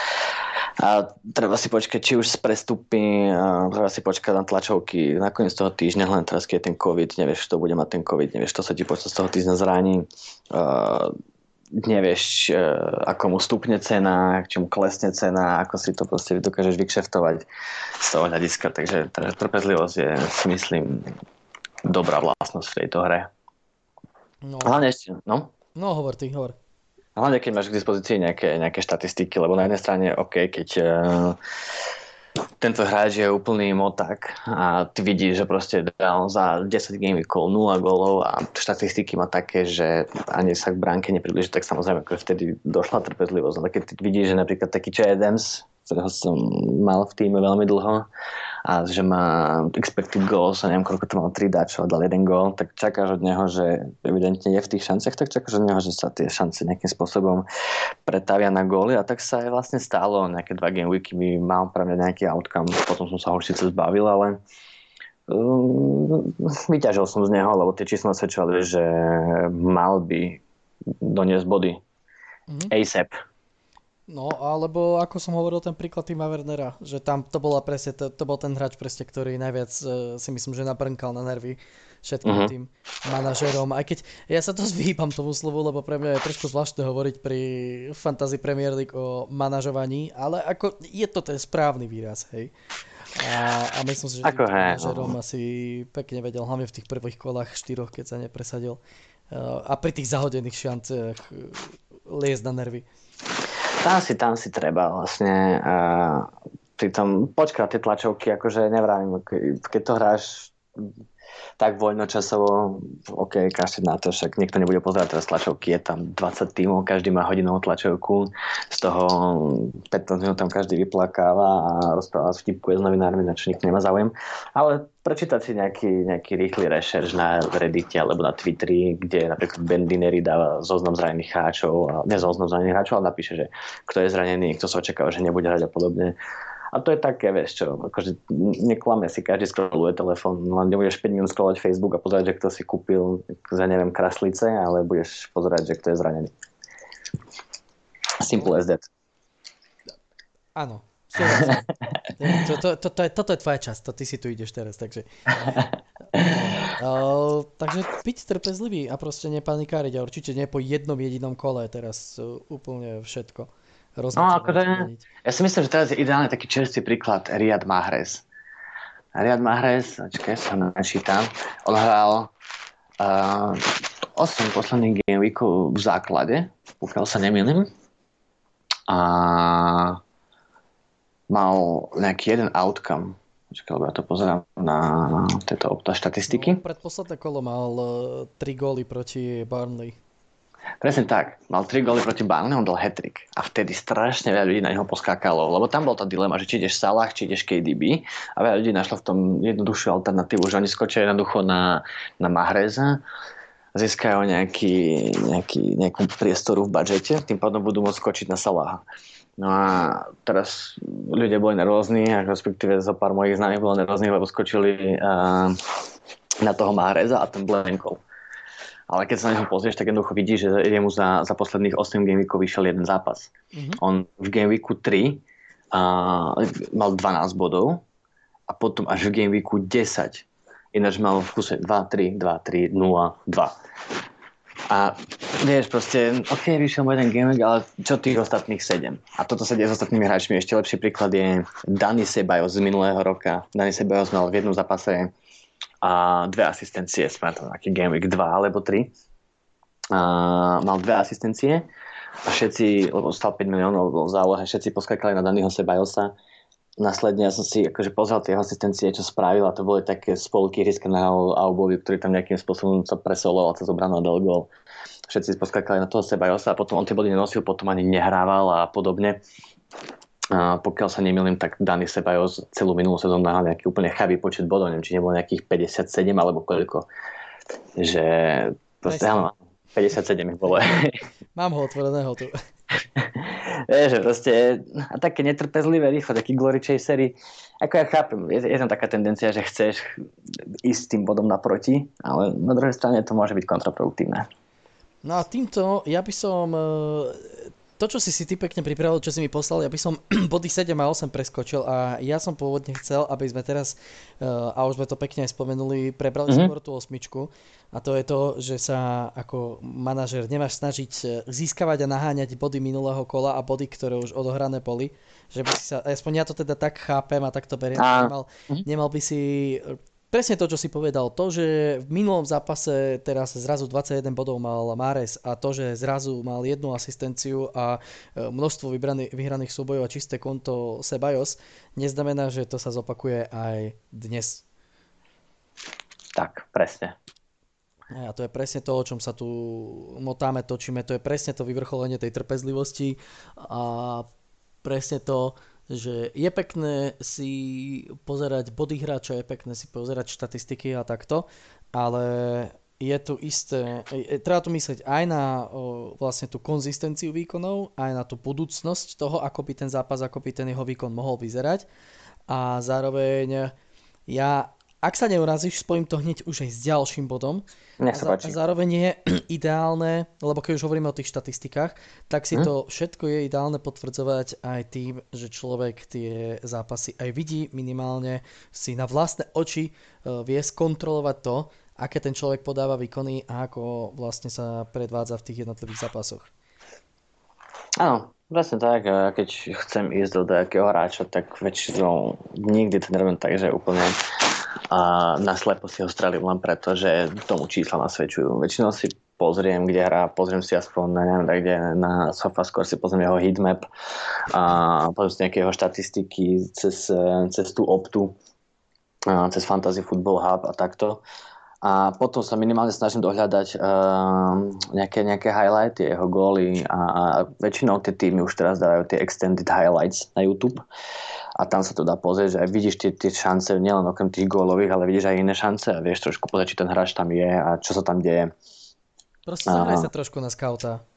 A treba si počkať, či už z prestupy, treba si počkať na tlačovky nakoniec toho týždňa, len teraz, keď je ten COVID, nevieš, kto bude mať ten COVID, nevieš, kto sa ti počas toho týždňa zraní, uh, nevieš, uh, ako mu stupne cena, či mu klesne cena, ako si to proste dokážeš vykšeftovať z toho hľadiska. Takže trpezlivosť je, si myslím, dobrá vlastnosť v tejto hre. No, hlavne ešte, no? No, hovor ty, hovor. Hlavne, keď máš k dispozícii nejaké, nejaké štatistiky, lebo na jednej strane, OK, keď uh, tento hráč je úplný moták a ty vidíš, že proste dal za desať game weekov nula gólov a štatistiky má také, že ani sa k bránke nepribliží, tak samozrejme, ako vtedy došla trpezlivosť. Ale keď ty vidíš, že napríklad taký Che Adams, ktorého som mal v týme veľmi dlho a že má expected goals a neviem, koľko to mal tri dáčov a dal jeden gól, tak čakáš od neho, že evidentne je v tých šanciach, tak čakáš od neho, že sa tie šance nejakým spôsobom pretavia na góly a tak sa aj vlastne stalo. Nejaké dva game weeky by mal pre mňa nejaký outcome, potom som sa ho síce zbavil, ale um, vyťažil som z neho, lebo tie čísla svedčovali, že mal by doniesť body. Mm-hmm. ASAP. No, alebo ako som hovoril ten príklad Tima Wernera, že tam to bola presne, to, to bol ten hráč presne, ktorý najviac e, si myslím, že nabrnkal na nervy všetkým Uh-huh. tým manažerom. Aj keď ja sa dosť vyhýbam tomu slovu, lebo pre mňa je trošku zvláštne hovoriť pri Fantasy Premier League o manažovaní, ale ako je to ten správny výraz, hej. A, a myslím si, že Ako týmto hej, manažerom no. asi pekne vedel, hlavne v tých prvých kolách štyroch, keď sa nepresadil. E, a pri tých zahodených šanciach e, liesť na nervy. Tam si, tam si treba vlastne uh, pri tom počkať tie tlačovky, akože nevrávim, ke- keď to hráš tak voľnočasovo, OK, kašľať na to, však niekto nebude pozerať teraz tlačovky, je tam dvadsať tímov, každý má hodinovú tlačovku, z toho pätnásť minút tam každý vyplakáva a rozpráva vtipkuje s novinármi, na čo nikto nemá záujem. Ale prečítať si nejaký, nejaký rýchly rešerš na Reddite alebo na Twitteri, kde napríklad Ben Dinnery dáva zoznam zranených hráčov, a, ne zoznam zranených hráčov, ale napíše, že kto je zranený, kto sa očakáva, že nebude hrať a podobne. A to je také, vieš čo, akože neklame si, každý scrolluje telefón, len nebudeš päť minút scrollovať Facebook a pozerať, že kto si kúpil za neviem kraslice, ale budeš pozerať, že kto je zranený. Simple as that. Áno, súhlasím. To, to, to, to, je, toto je tvoja časť, to ty si tu ideš teraz, takže... Uh, takže byť trpezlivý a proste nepanikáriť a určite nie po jednom jedinom kole teraz uh, úplne všetko No rozhodovať, akože, meniť. ja si myslím, že teraz je ideálne taký čerstvý príklad Riyad Mahrez. Riyad Mahrez, počkaj, sa načítam, on hral uh, osem posledných game weekov v základe, pokiaľ sa nemýlim. A mal nejaký jeden outcome. Počkaj, lebo ja to pozerám na tieto opta štatistiky. No, predposledné kolo mal uh, tri góly proti Burnley. Presne tak. Mal tri góly proti Burnley, on dal hat-trick. A vtedy strašne veľa ľudí na neho poskákalo, lebo tam bol tá dilema, že či ideš Salah, či ideš K D B. A veľa ľudí našlo v tom jednoduchšiu alternatívu, že oni skočia jednoducho na, na Mahreza, získajú nejaký, nejaký, nejakú priestoru v budžete, tým pádom budú môcť skočiť na Salaha. No a teraz ľudia boli nervózni, respektíve zo pár mojich známych bolo nervóznych, lebo skočili uh, na toho Mahreza a ten blenkol. Ale keď sa na neho pozrieš, tak jednoducho vidíš, že jemu za, za posledných osem gameweekov vyšiel jeden zápas. Mhm. On v gameweeku tri uh, mal dvanásť bodov a potom až v gameweeku desať. Ináč mal v kuse dva tri, dva tri, nula, dva. A vieš, proste, ok, vyšiel mu jeden gameweek, ale čo tých ostatných sedem? A toto sa deje s ostatnými hráčmi. Ešte lepší príklad je Dani Ceballos z minulého roka. Dani Ceballos mal v jednom zápase a dve asistencie, spomínam taký game week dva alebo tri. A mal dve asistencie a všetci, lebo stal päť miliónov v zálohe, všetci poskakali na Daniho Ceballosa. Následne ja som si akože pozrel tie asistencie, čo spravil, a to boli také spolky riskaného Aubovi, ktorý tam nejakým spôsobom sa presoloval cez obranu a dal gól. Všetci poskakali na toho Ceballosa a potom on tie body nenosil, potom ani nehrával a podobne. A pokiaľ sa nemýlim, tak Dani Ceballos celú minulú sezónu nahral nejaký úplne chabý počet bodov, neviem, či nebolo nejakých päťdesiatsedem alebo koľko. Že proste, áno, päťdesiatsedem ich bolo. Mám ho otvoreného tu. Vieš, že proste a také netrpezlivé, rýchlo, taký glory chasery. Ako ja chápem, je, je tam taká tendencia, že chceš ísť s tým bodom naproti, ale na druhej strane to môže byť kontraproduktívne. No a týmto ja by som e, to, čo si si ty pekne pripravil, čo si mi poslal, ja by som body sedem a osem preskočil a ja som pôvodne chcel, aby sme teraz, e, a už sme to pekne aj spomenuli, prebrali mm-hmm. skôr tú osmičku, a to je to, že sa ako manažer nemáš snažiť získavať a naháňať body minulého kola a body, ktoré už odohrané boli, že by si sa, aspoň ja to teda tak chápem a tak to beriem, A... nemal, nemal by si... Presne to, čo si povedal, to, že v minulom zápase teraz zrazu dvadsaťjeden bodov mal Mahrez a to, že zrazu mal jednu asistenciu a množstvo vybraný, vyhraných súbojov a čisté konto Ceballos, neznamená, že to sa zopakuje aj dnes. Tak, presne. A to je presne to, o čom sa tu motáme, točíme, to je presne to vyvrcholenie tej trpezlivosti a presne to, že je pekné si pozerať body hráča, je pekné si pozerať štatistiky a takto, ale je tu isté, treba tu myslieť aj na o, vlastne tú konzistenciu výkonov, aj na tú budúcnosť toho, ako by ten zápas, ako by ten jeho výkon mohol vyzerať, a zároveň ja, ak sa neurazíš, spojím to hneď už aj s ďalším bodom. Nech A, sa za, a páči. zároveň je ideálne, lebo keď už hovoríme o tých štatistikách, tak si Hm? to všetko je ideálne potvrdzovať aj tým, že človek tie zápasy aj vidí, minimálne si na vlastné oči e, vie skontrolovať to, aké ten človek podáva výkony a ako vlastne sa predvádza v tých jednotlivých zápasoch. Áno, presne tak. a Keď chcem ísť do nejakého hráča, tak väčšinou nikdy to nerobím tak, že úplne a na slepo si ho strelím len preto, že tomu čísla nasvedčujú. Väčšinou si pozriem, kde hrá, pozriem si aspoň, neviem, tak kde na SofaScore si pozriem jeho heatmap a pozriem si nejaké jeho štatistiky cez, cez tú optu, a cez Fantasy Football Hub a takto. A potom sa minimálne snažím dohľadať uh, nejaké, nejaké highlighty, jeho góly a, a väčšinou tie týmy už teraz dávajú tie extended highlights na YouTube a tam sa to dá pozrieť, že aj vidíš tie, tie šance nielen okrem tých gólových, ale vidíš aj iné šance a vieš trošku pozrieť, či ten hráč tam je a čo sa tam deje. Proste zahraj A... sa trošku na skauta.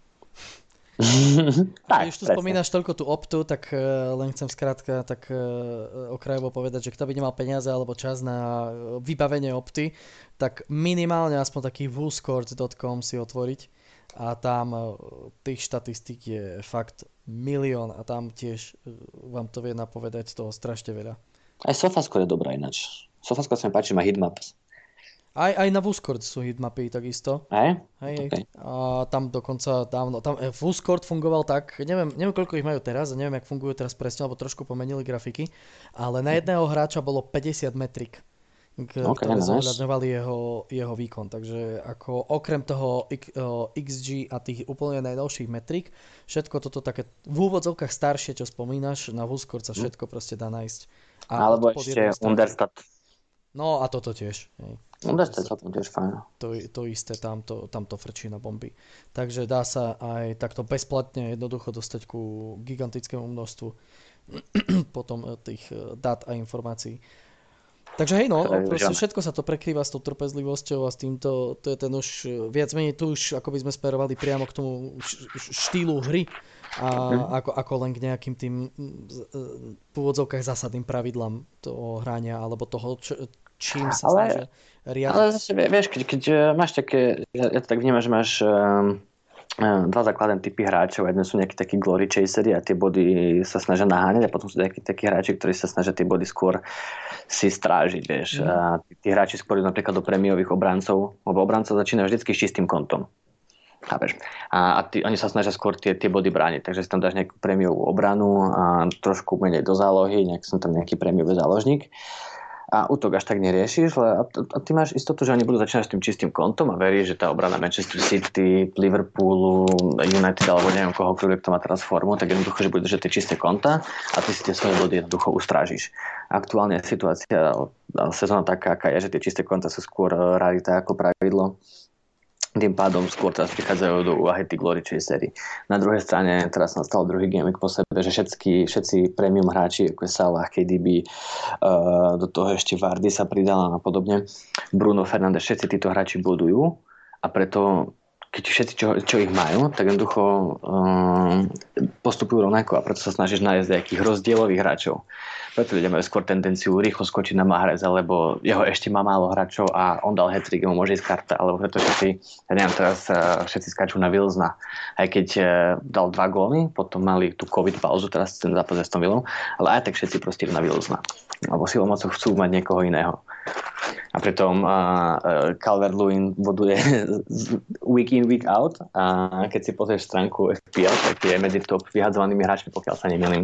tak, Keď už tu presne. spomínaš toľko tú optu, tak uh, len chcem skrátka tak uh, okrajovo povedať, že kto by nemal peniaze alebo čas na vybavenie opty, tak minimálne aspoň taký wooscourt bodka com si otvoriť a tam uh, tých štatistík je fakt milión a tam tiež uh, vám to vie napovedať toho strašne veľa. Aj SofaScore je dobrá ináč. SofaScore sa mi páči, má heatmaps. Aj, aj na wooscourt sú hitmapy takisto. Hej? Hej, hej. Okay. A tam dokonca dávno, tam eh, Wooscourt fungoval tak, neviem, neviem koľko ich majú teraz, a neviem, jak fungujú teraz presne, lebo trošku pomenili grafiky, ale na jedného hráča bolo päťdesiat metrik, k- OK, ktoré nice. zohľadňovali jeho, jeho výkon. Takže ako okrem toho X- o, iks gé a tých úplne najnovších metrik, všetko toto také v úvodzovkách staršie, čo spomínaš, na Wooscourt sa všetko proste dá nájsť. A Alebo pod ešte jednou stránkou. Understat. No a toto tiež. Hej. Understat celkom tiež fajn. To, to isté tam to, tam to frčí na bomby. Takže dá sa aj takto bezplatne jednoducho dostať ku gigantickému množstvu potom eh, tých eh, dát a informácií. Takže hej no, Ktoré proste využívame. všetko sa to prekrýva s tou trpezlivosťou a s týmto, to je ten už eh, viac menej tu už ako by sme smerovali priamo k tomu š- š- štýlu hry a ako, ako len k nejakým tým mm, z- eh, v úvodzovkách zásadným pravidlám toho hrania alebo toho, čo, čím sa Ale- snažia riadiť. Ale zase vie- vieš, keď, keď eh, máš také, ja, ja to tak vnímam, že máš um, dva základné typy hráčov. Jeden sú nejakí takí glory chasery a tie body sa snažia naháňať a potom sú takí, takí hráči, ktorí sa snažia tie body skôr si strážiť, vieš. Mhm. A tí, tí hráči skôr idú napríklad do prémiových obrancov, lebo obrancov začína vždycky s čistým kontom. Chápeš? A, a tí, oni sa snažia skôr tie, tie body brániť, takže si tam dáš nejakú prémiovú obranu a trošku menej do zálohy, nejak som tam nejaký prémiový záložník. A útok až tak neriešiš, ale a, a ty máš istotu, že oni budú začínať s tým čistým kontom a veríš, že tá obrana Manchester City, Liverpoolu, United alebo neviem kohokoľvek to má teraz formu, tak jednoducho, že bude držať tie čisté konta a ty si tie svoje body jednoducho ustrážiš. Aktuálne je situácia, sezóna taká, aká je, že tie čisté konta sú skôr rarita ako pravidlo. Tým pádom skôr teraz prichádzajú do úvahy tí glory chasery. Na druhej strane teraz nastal druhý game po sebe, že všetky, všetci premium hráči, ako je Salah, ká dé bé, uh, do toho ešte Vardy sa pridala a podobne, Bruno Fernandes, všetci títo hráči bodujú a preto keď všetci, čo, čo ich majú, tak jednoducho um, postupujú rovnako a preto sa snažíš nájsť nejakých rozdielových hráčov. Preto ľudia majú skôr tendenciu rýchlo skočiť na Mahrez, alebo jeho ešte má málo hráčov a on dal hat-trick, mu môže ísť karta, alebo preto všetci, ja neviem, teraz uh, všetci skáču na Wilsona. Aj keď uh, dal dva góly, potom mali tú covid pauzu, teraz ten zápas s Aston Villou, ale aj tak všetci proste idú na Wilsona. Alebo silou mocou chcú mať niekoho iného. A pritom uh, uh, Calvert-Lewin boduje week in, week out a keď si pozrieš stránku ef pé el, tak je medzi top vyhadzovanými hráčmi, pokiaľ sa nemýlim.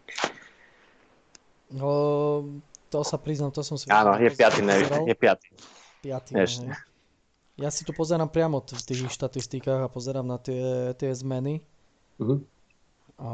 No, to sa priznám, to som si... Áno, je piaty, ne, je piaty. Piatý, Ešte. hej. Ja si tu pozerám priamo t- v tých štatistikách a pozerám na tie, tie zmeny. Uh-huh. A...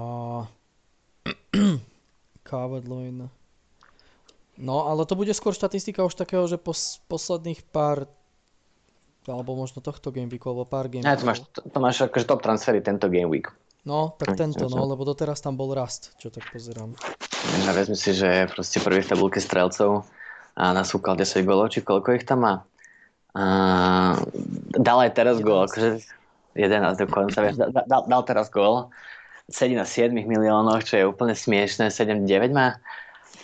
Calvert-Lewin. No, ale to bude skôr štatistika už takého, že pos- posledných pár alebo možno tohto game weeku, alebo pár game Ja, to máš, to, to máš akože top transfery tento game week. No, tak Hm, tento, jasne. no, lebo doteraz tam bol rast, čo tak pozerám. A vezmi si, že je proste prvý v tabulke strelcov a nasúkal desať golov, či koľko ich tam má. A dal aj teraz gól, akože jedenásť dokonca, vieš, dal, dal, dal teraz gól. Sedí na sedem miliónoch, čo je úplne smiešné, sedem deväť má.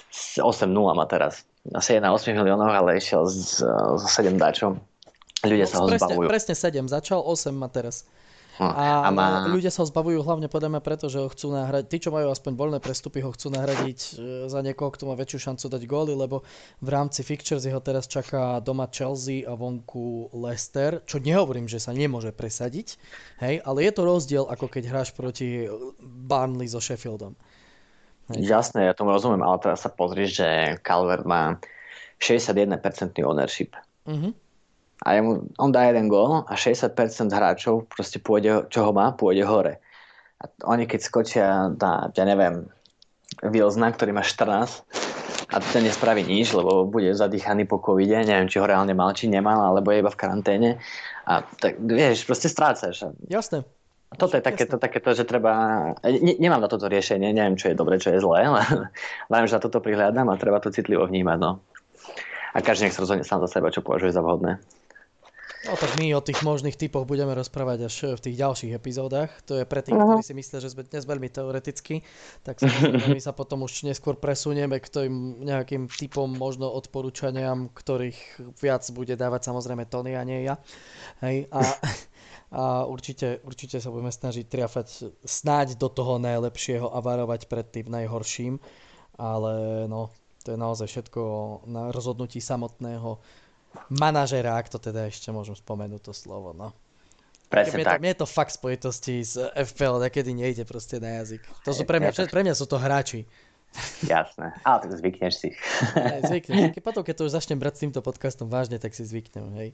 osem nula má teraz. Asi je na osem miliónov, ale išiel z, z sedem dačov. Ľudia No, sa ho presne, zbavujú. presne sedem začal, osem má teraz. No, A, a má... ľudia sa ho zbavujú hlavne podľa mňa preto, že ho chcú nahradiť. Tí, čo majú aspoň voľné prestupy, ho chcú nahradiť e, za niekoho, kto má väčšiu šancu dať góly, lebo v rámci Fixtures ho teraz čaká doma Chelsea a vonku Leicester, čo nehovorím, že sa nemôže presadiť, hej, ale je to rozdiel, ako keď hráš proti Burnley so Sheffieldom. Hej. Jasné, ja tomu rozumiem, ale teraz sa pozri, že Calvert má šesťdesiatjeden percent ownership. Mhm. A jemu, on dá jeden gól a šesťdesiat percent hráčov proste pôjde, čo ho má, pôjde hore. A oni keď skočia na, ja neviem, Wilsona, ktorý má štrnásť a ten nespraví nič, lebo bude zadýchaný po covide, neviem, či ho reálne mal, či nemal, alebo je iba v karanténe. A tak, vieš, proste strácaš. Jasné. A toto je takéto, takéto, že treba... Ne, nemám na toto riešenie, neviem, čo je dobre, čo je zlé, ale viem, že na toto prihľadám a treba to citlivo vnímať, no. A každý nech sa rozhodne sám za seba, čo považuje za vhodné. No tak my o tých možných typoch budeme rozprávať až v tých ďalších epizódach. To je pre tých, ktorí si myslia, že sme dnes veľmi teoreticky, tak samozrejme my sa potom už neskôr presunieme k tým nejakým typom, možno odporúčaniam, ktorých viac bude dávať samozrejme Tony a nie ja. Hej, a, a určite, určite sa budeme snažiť triafať snáď do toho najlepšieho a varovať pred tým najhorším, ale no, to je naozaj všetko na rozhodnutí samotného manažera, ak to teda ešte môžem spomenúť to slovo, no. Presne mne, tak. To, mne je to fakt spojitosti s ef pé el, niekedy nejde proste na jazyk. To sú pre mňa, pre mňa sú to hráči. Jasné, ale tak zvykneš si. Hej, zvyknem. Keď potom, keď to už začnem brať s týmto podcastom vážne, tak si zvyknem, hej.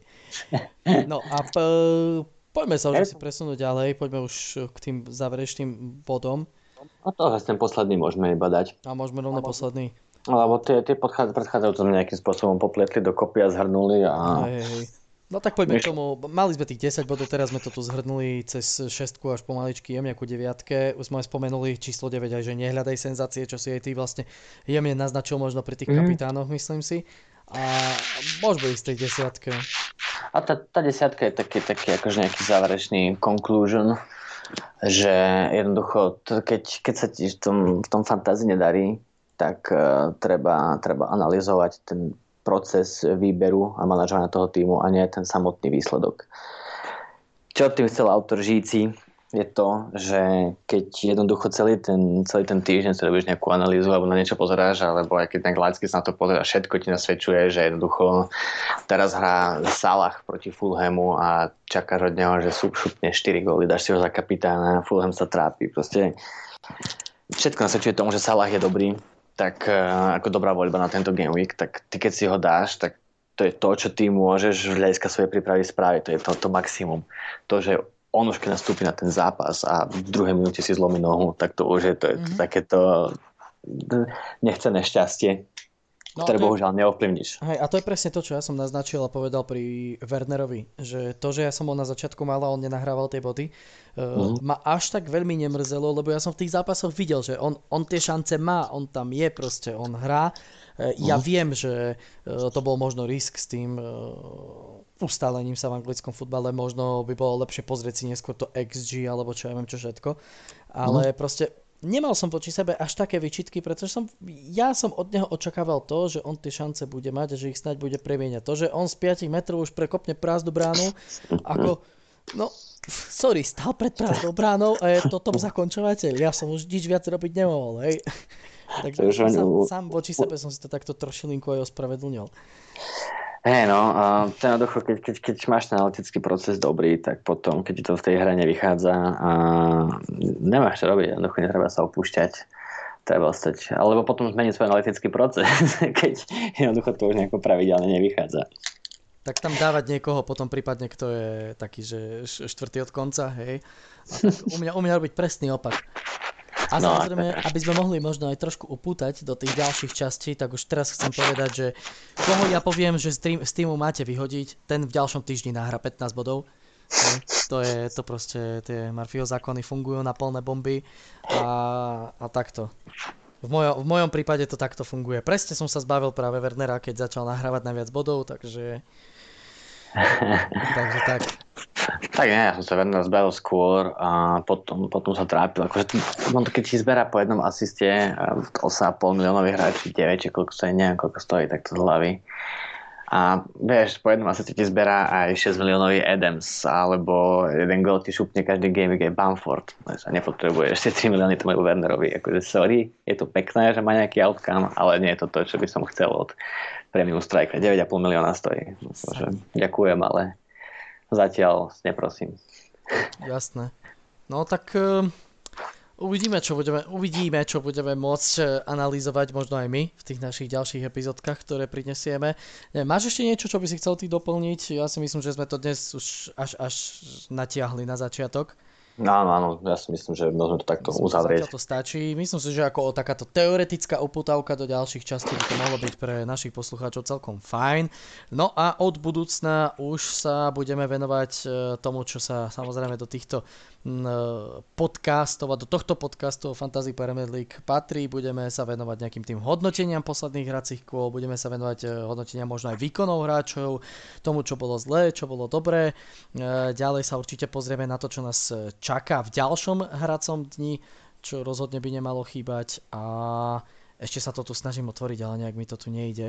No a p- poďme sa už si presunúť ďalej, poďme už k tým záverečným bodom. A to ten posledný môžeme iba dať. A môžeme rovno posledný. Lebo tie, tie predchádzajúce nejakým spôsobom popletli dokopy a zhrnuli a... Hej, hej. No tak poďme k tomu. Mali sme tých desať bodov, teraz sme to tu zhrnuli cez šestku až pomaličky jemne ku deviatke. Už sme spomenuli číslo deväť aj, že nehľadaj senzácie, čo si aj ty vlastne jemne naznačil možno pri tých kapitánoch, myslím si. A môžeme ísť z tej desiatke. A tá, tá desiatka je taký, taký akože nejaký záverečný conclusion, že jednoducho, keď, keď sa ti v tom, v tom fantázii nedarí, tak uh, treba, treba analyzovať ten proces výberu a manažovania toho týmu a nie ten samotný výsledok. Čo tým chcel autor Žíci je to, že keď jednoducho celý ten, celý ten týždeň si robíš nejakú analýzu alebo na niečo pozeráš, alebo aj keď tak laicky sa na to pozeráš, všetko ti nasvedčuje, že jednoducho teraz hrá Salah proti Fulhamu a čakáš od neho, že šupne štyri góly, dáš si ho za kapitána, Fulham sa trápi. Proste všetko nasvedčuje tomu, že Salah je dobrý, tak ako dobrá voľba na tento game week, tak ty keď si ho dáš, tak to je to, čo ty môžeš v hľadiska svojej prípravy spraviť. To je to, to maximum. To, že on už keď nastúpi na ten zápas a v druhej minúte si zlomí nohu, tak to už je to, mm-hmm. to takéto nechcené šťastie, no, ktoré je... bohužiaľ neovplyvníš. Hej, a to je presne to, čo ja som naznačil a povedal pri Wernerovi, že to, že ja som ho na začiatku mal a on nenahrával tie body, uh, mm. ma až tak veľmi nemrzelo, lebo ja som v tých zápasoch videl, že on, on tie šance má, on tam je proste, on hrá. Ja mm. viem, že uh, to bol možno risk s tým uh, ustálením sa v anglickom futbale, možno by bolo lepšie pozrieť si neskôr to iks gé alebo čo ja viem čo všetko, ale mm. proste nemal som voči sebe až také výčitky, pretože som, ja som od neho očakával to, že on tie šance bude mať a že ich snáď bude premieňať. To, že on z piatich metrov už prekopne prázdnu bránu, ako, no, sorry, stal pred prázdnou bránou a je to tom zakončovateľ. Ja som už nič viac robiť nemohol, hej. Takže sám, sám voči sebe som si to takto trošilinku aj ospravedlnil. Hej no, ten jednoducho, keď, keď, keď máš ten analytický proces dobrý, tak potom, keď ti to v tej hre nevychádza a nemáš čo robiť, jednoducho netreba sa opúšťať, treba ostať, alebo potom zmeniť svoj analytický proces, keď jednoducho to už nejako pravidelne nevychádza. Tak tam dávať niekoho potom prípadne, kto je taký, že štvrtý od konca, hej. A tak u mňa, u mňa robiť presný opak. A no, samozrejme, aby sme mohli možno aj trošku upútať do tých ďalších častí, tak už teraz chcem povedať, že koho ja poviem, že z týmu máte vyhodiť, ten v ďalšom týždni nahra pätnásť bodov. To je to proste, tie Murphyho zákony fungujú na plné bomby a, a takto. V, mojo, v mojom prípade to takto funguje. Presne som sa zbavil práve Wernera, keď začal nahrávať na viac bodov, takže... takže tak. Tak nie, ja som sa veľmi zbavil skôr a potom, potom sa trápil. Akože to, on to keď si zberá po jednom asiste osem a pol miliónový hráči, deväť, či koľko stojí, neviem koľko stojí, tak to z hlavy. A vieš, po jednom asiste ti zberá aj šesť miliónový Adams, alebo jeden gól ti šupne každý game week aj Bamford. A nepotrebuje ešte tri milióny tomu Wernerovi. Akože sorry, je to pekné, že má nejaký outcome, ale nie je to to, čo by som chcel od premium strikera. deväť a pol milióna stojí. Akože, ďakujem, ale zatiaľ neprosím. Jasné. No tak uh, uvidíme, čo budeme, uvidíme, čo budeme môcť analyzovať možno aj my v tých našich ďalších epizódkach, ktoré prinesieme. Máš ešte niečo, čo by si chcel ty doplniť? Ja si myslím, že sme to dnes už až, až natiahli na začiatok. Áno, áno, ja si myslím, že môžeme to takto myslím, uzavrieť. Zatiaľ to stačí. Myslím si, že ako takáto teoretická uputávka do ďalších častí by to mohlo byť pre našich poslucháčov celkom fajn. No a od budúcna už sa budeme venovať tomu, čo sa samozrejme do týchto podcastov a do tohto podcastu o Fantasy Premier League patrí. Budeme sa venovať nejakým tým hodnoteniam posledných hracích kôl, budeme sa venovať hodnoteniam možno aj výkonov hráčov, tomu, čo bolo zlé, čo bolo dobré. Ďalej sa určite pozrieme na to, čo nás čaká v ďalšom hracom dni, čo rozhodne by nemalo chýbať, a ešte sa to tu snažím otvoriť, ale nejak mi to tu nejde.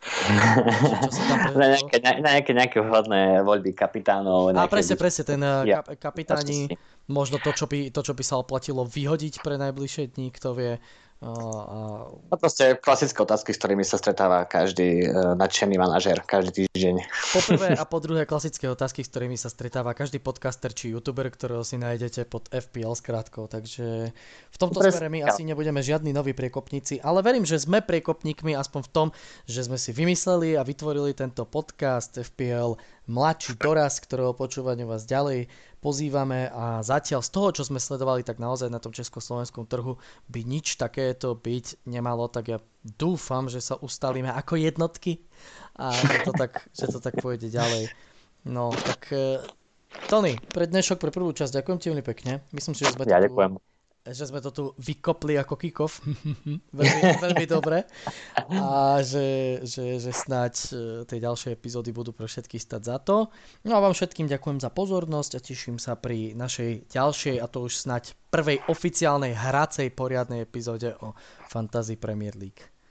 na, nejaké, na, na nejaké, nejaké vhodné voľby kapitánov. A presne, presne, ten ja, kap, kapitáni, možno to čo, by, to, čo by sa oplatilo vyhodiť pre najbližšie dní, kto vie. A, a... No proste klasické otázky, s ktorými sa stretáva každý uh, nadšený manažér každý týždeň. Po prvé a po druhé klasické otázky, s ktorými sa stretáva každý podcaster či youtuber, ktorého si nájdete pod ef pé el skrátkou. Takže v tomto Presne. smere my asi nebudeme žiadni noví priekopníci, ale verím, že sme priekopníkmi aspoň v tom, že sme si vymysleli a vytvorili tento podcast ef pé el mladší doraz, ktorého počúvaniu vás ďalej pozývame, a zatiaľ z toho, čo sme sledovali, tak naozaj na tom československom trhu by nič takéto byť nemalo, tak ja dúfam, že sa ustalíme ako jednotky a že to tak, že to tak pôjde ďalej. No, tak Tony, pre dnešok, pre prvú časť, ďakujem ti veľmi pekne. Myslím si, že sme ja to ďakujem. Tu, že sme to tu vykopli ako kick-off. veľmi, veľmi dobre. A že, že, že snáď tie ďalšie epizódy budú pre všetkých stať za to. No a vám všetkým ďakujem za pozornosť a teším sa pri našej ďalšej, a to už snáď prvej oficiálnej hracej poriadnej epizóde o Fantasy Premier League.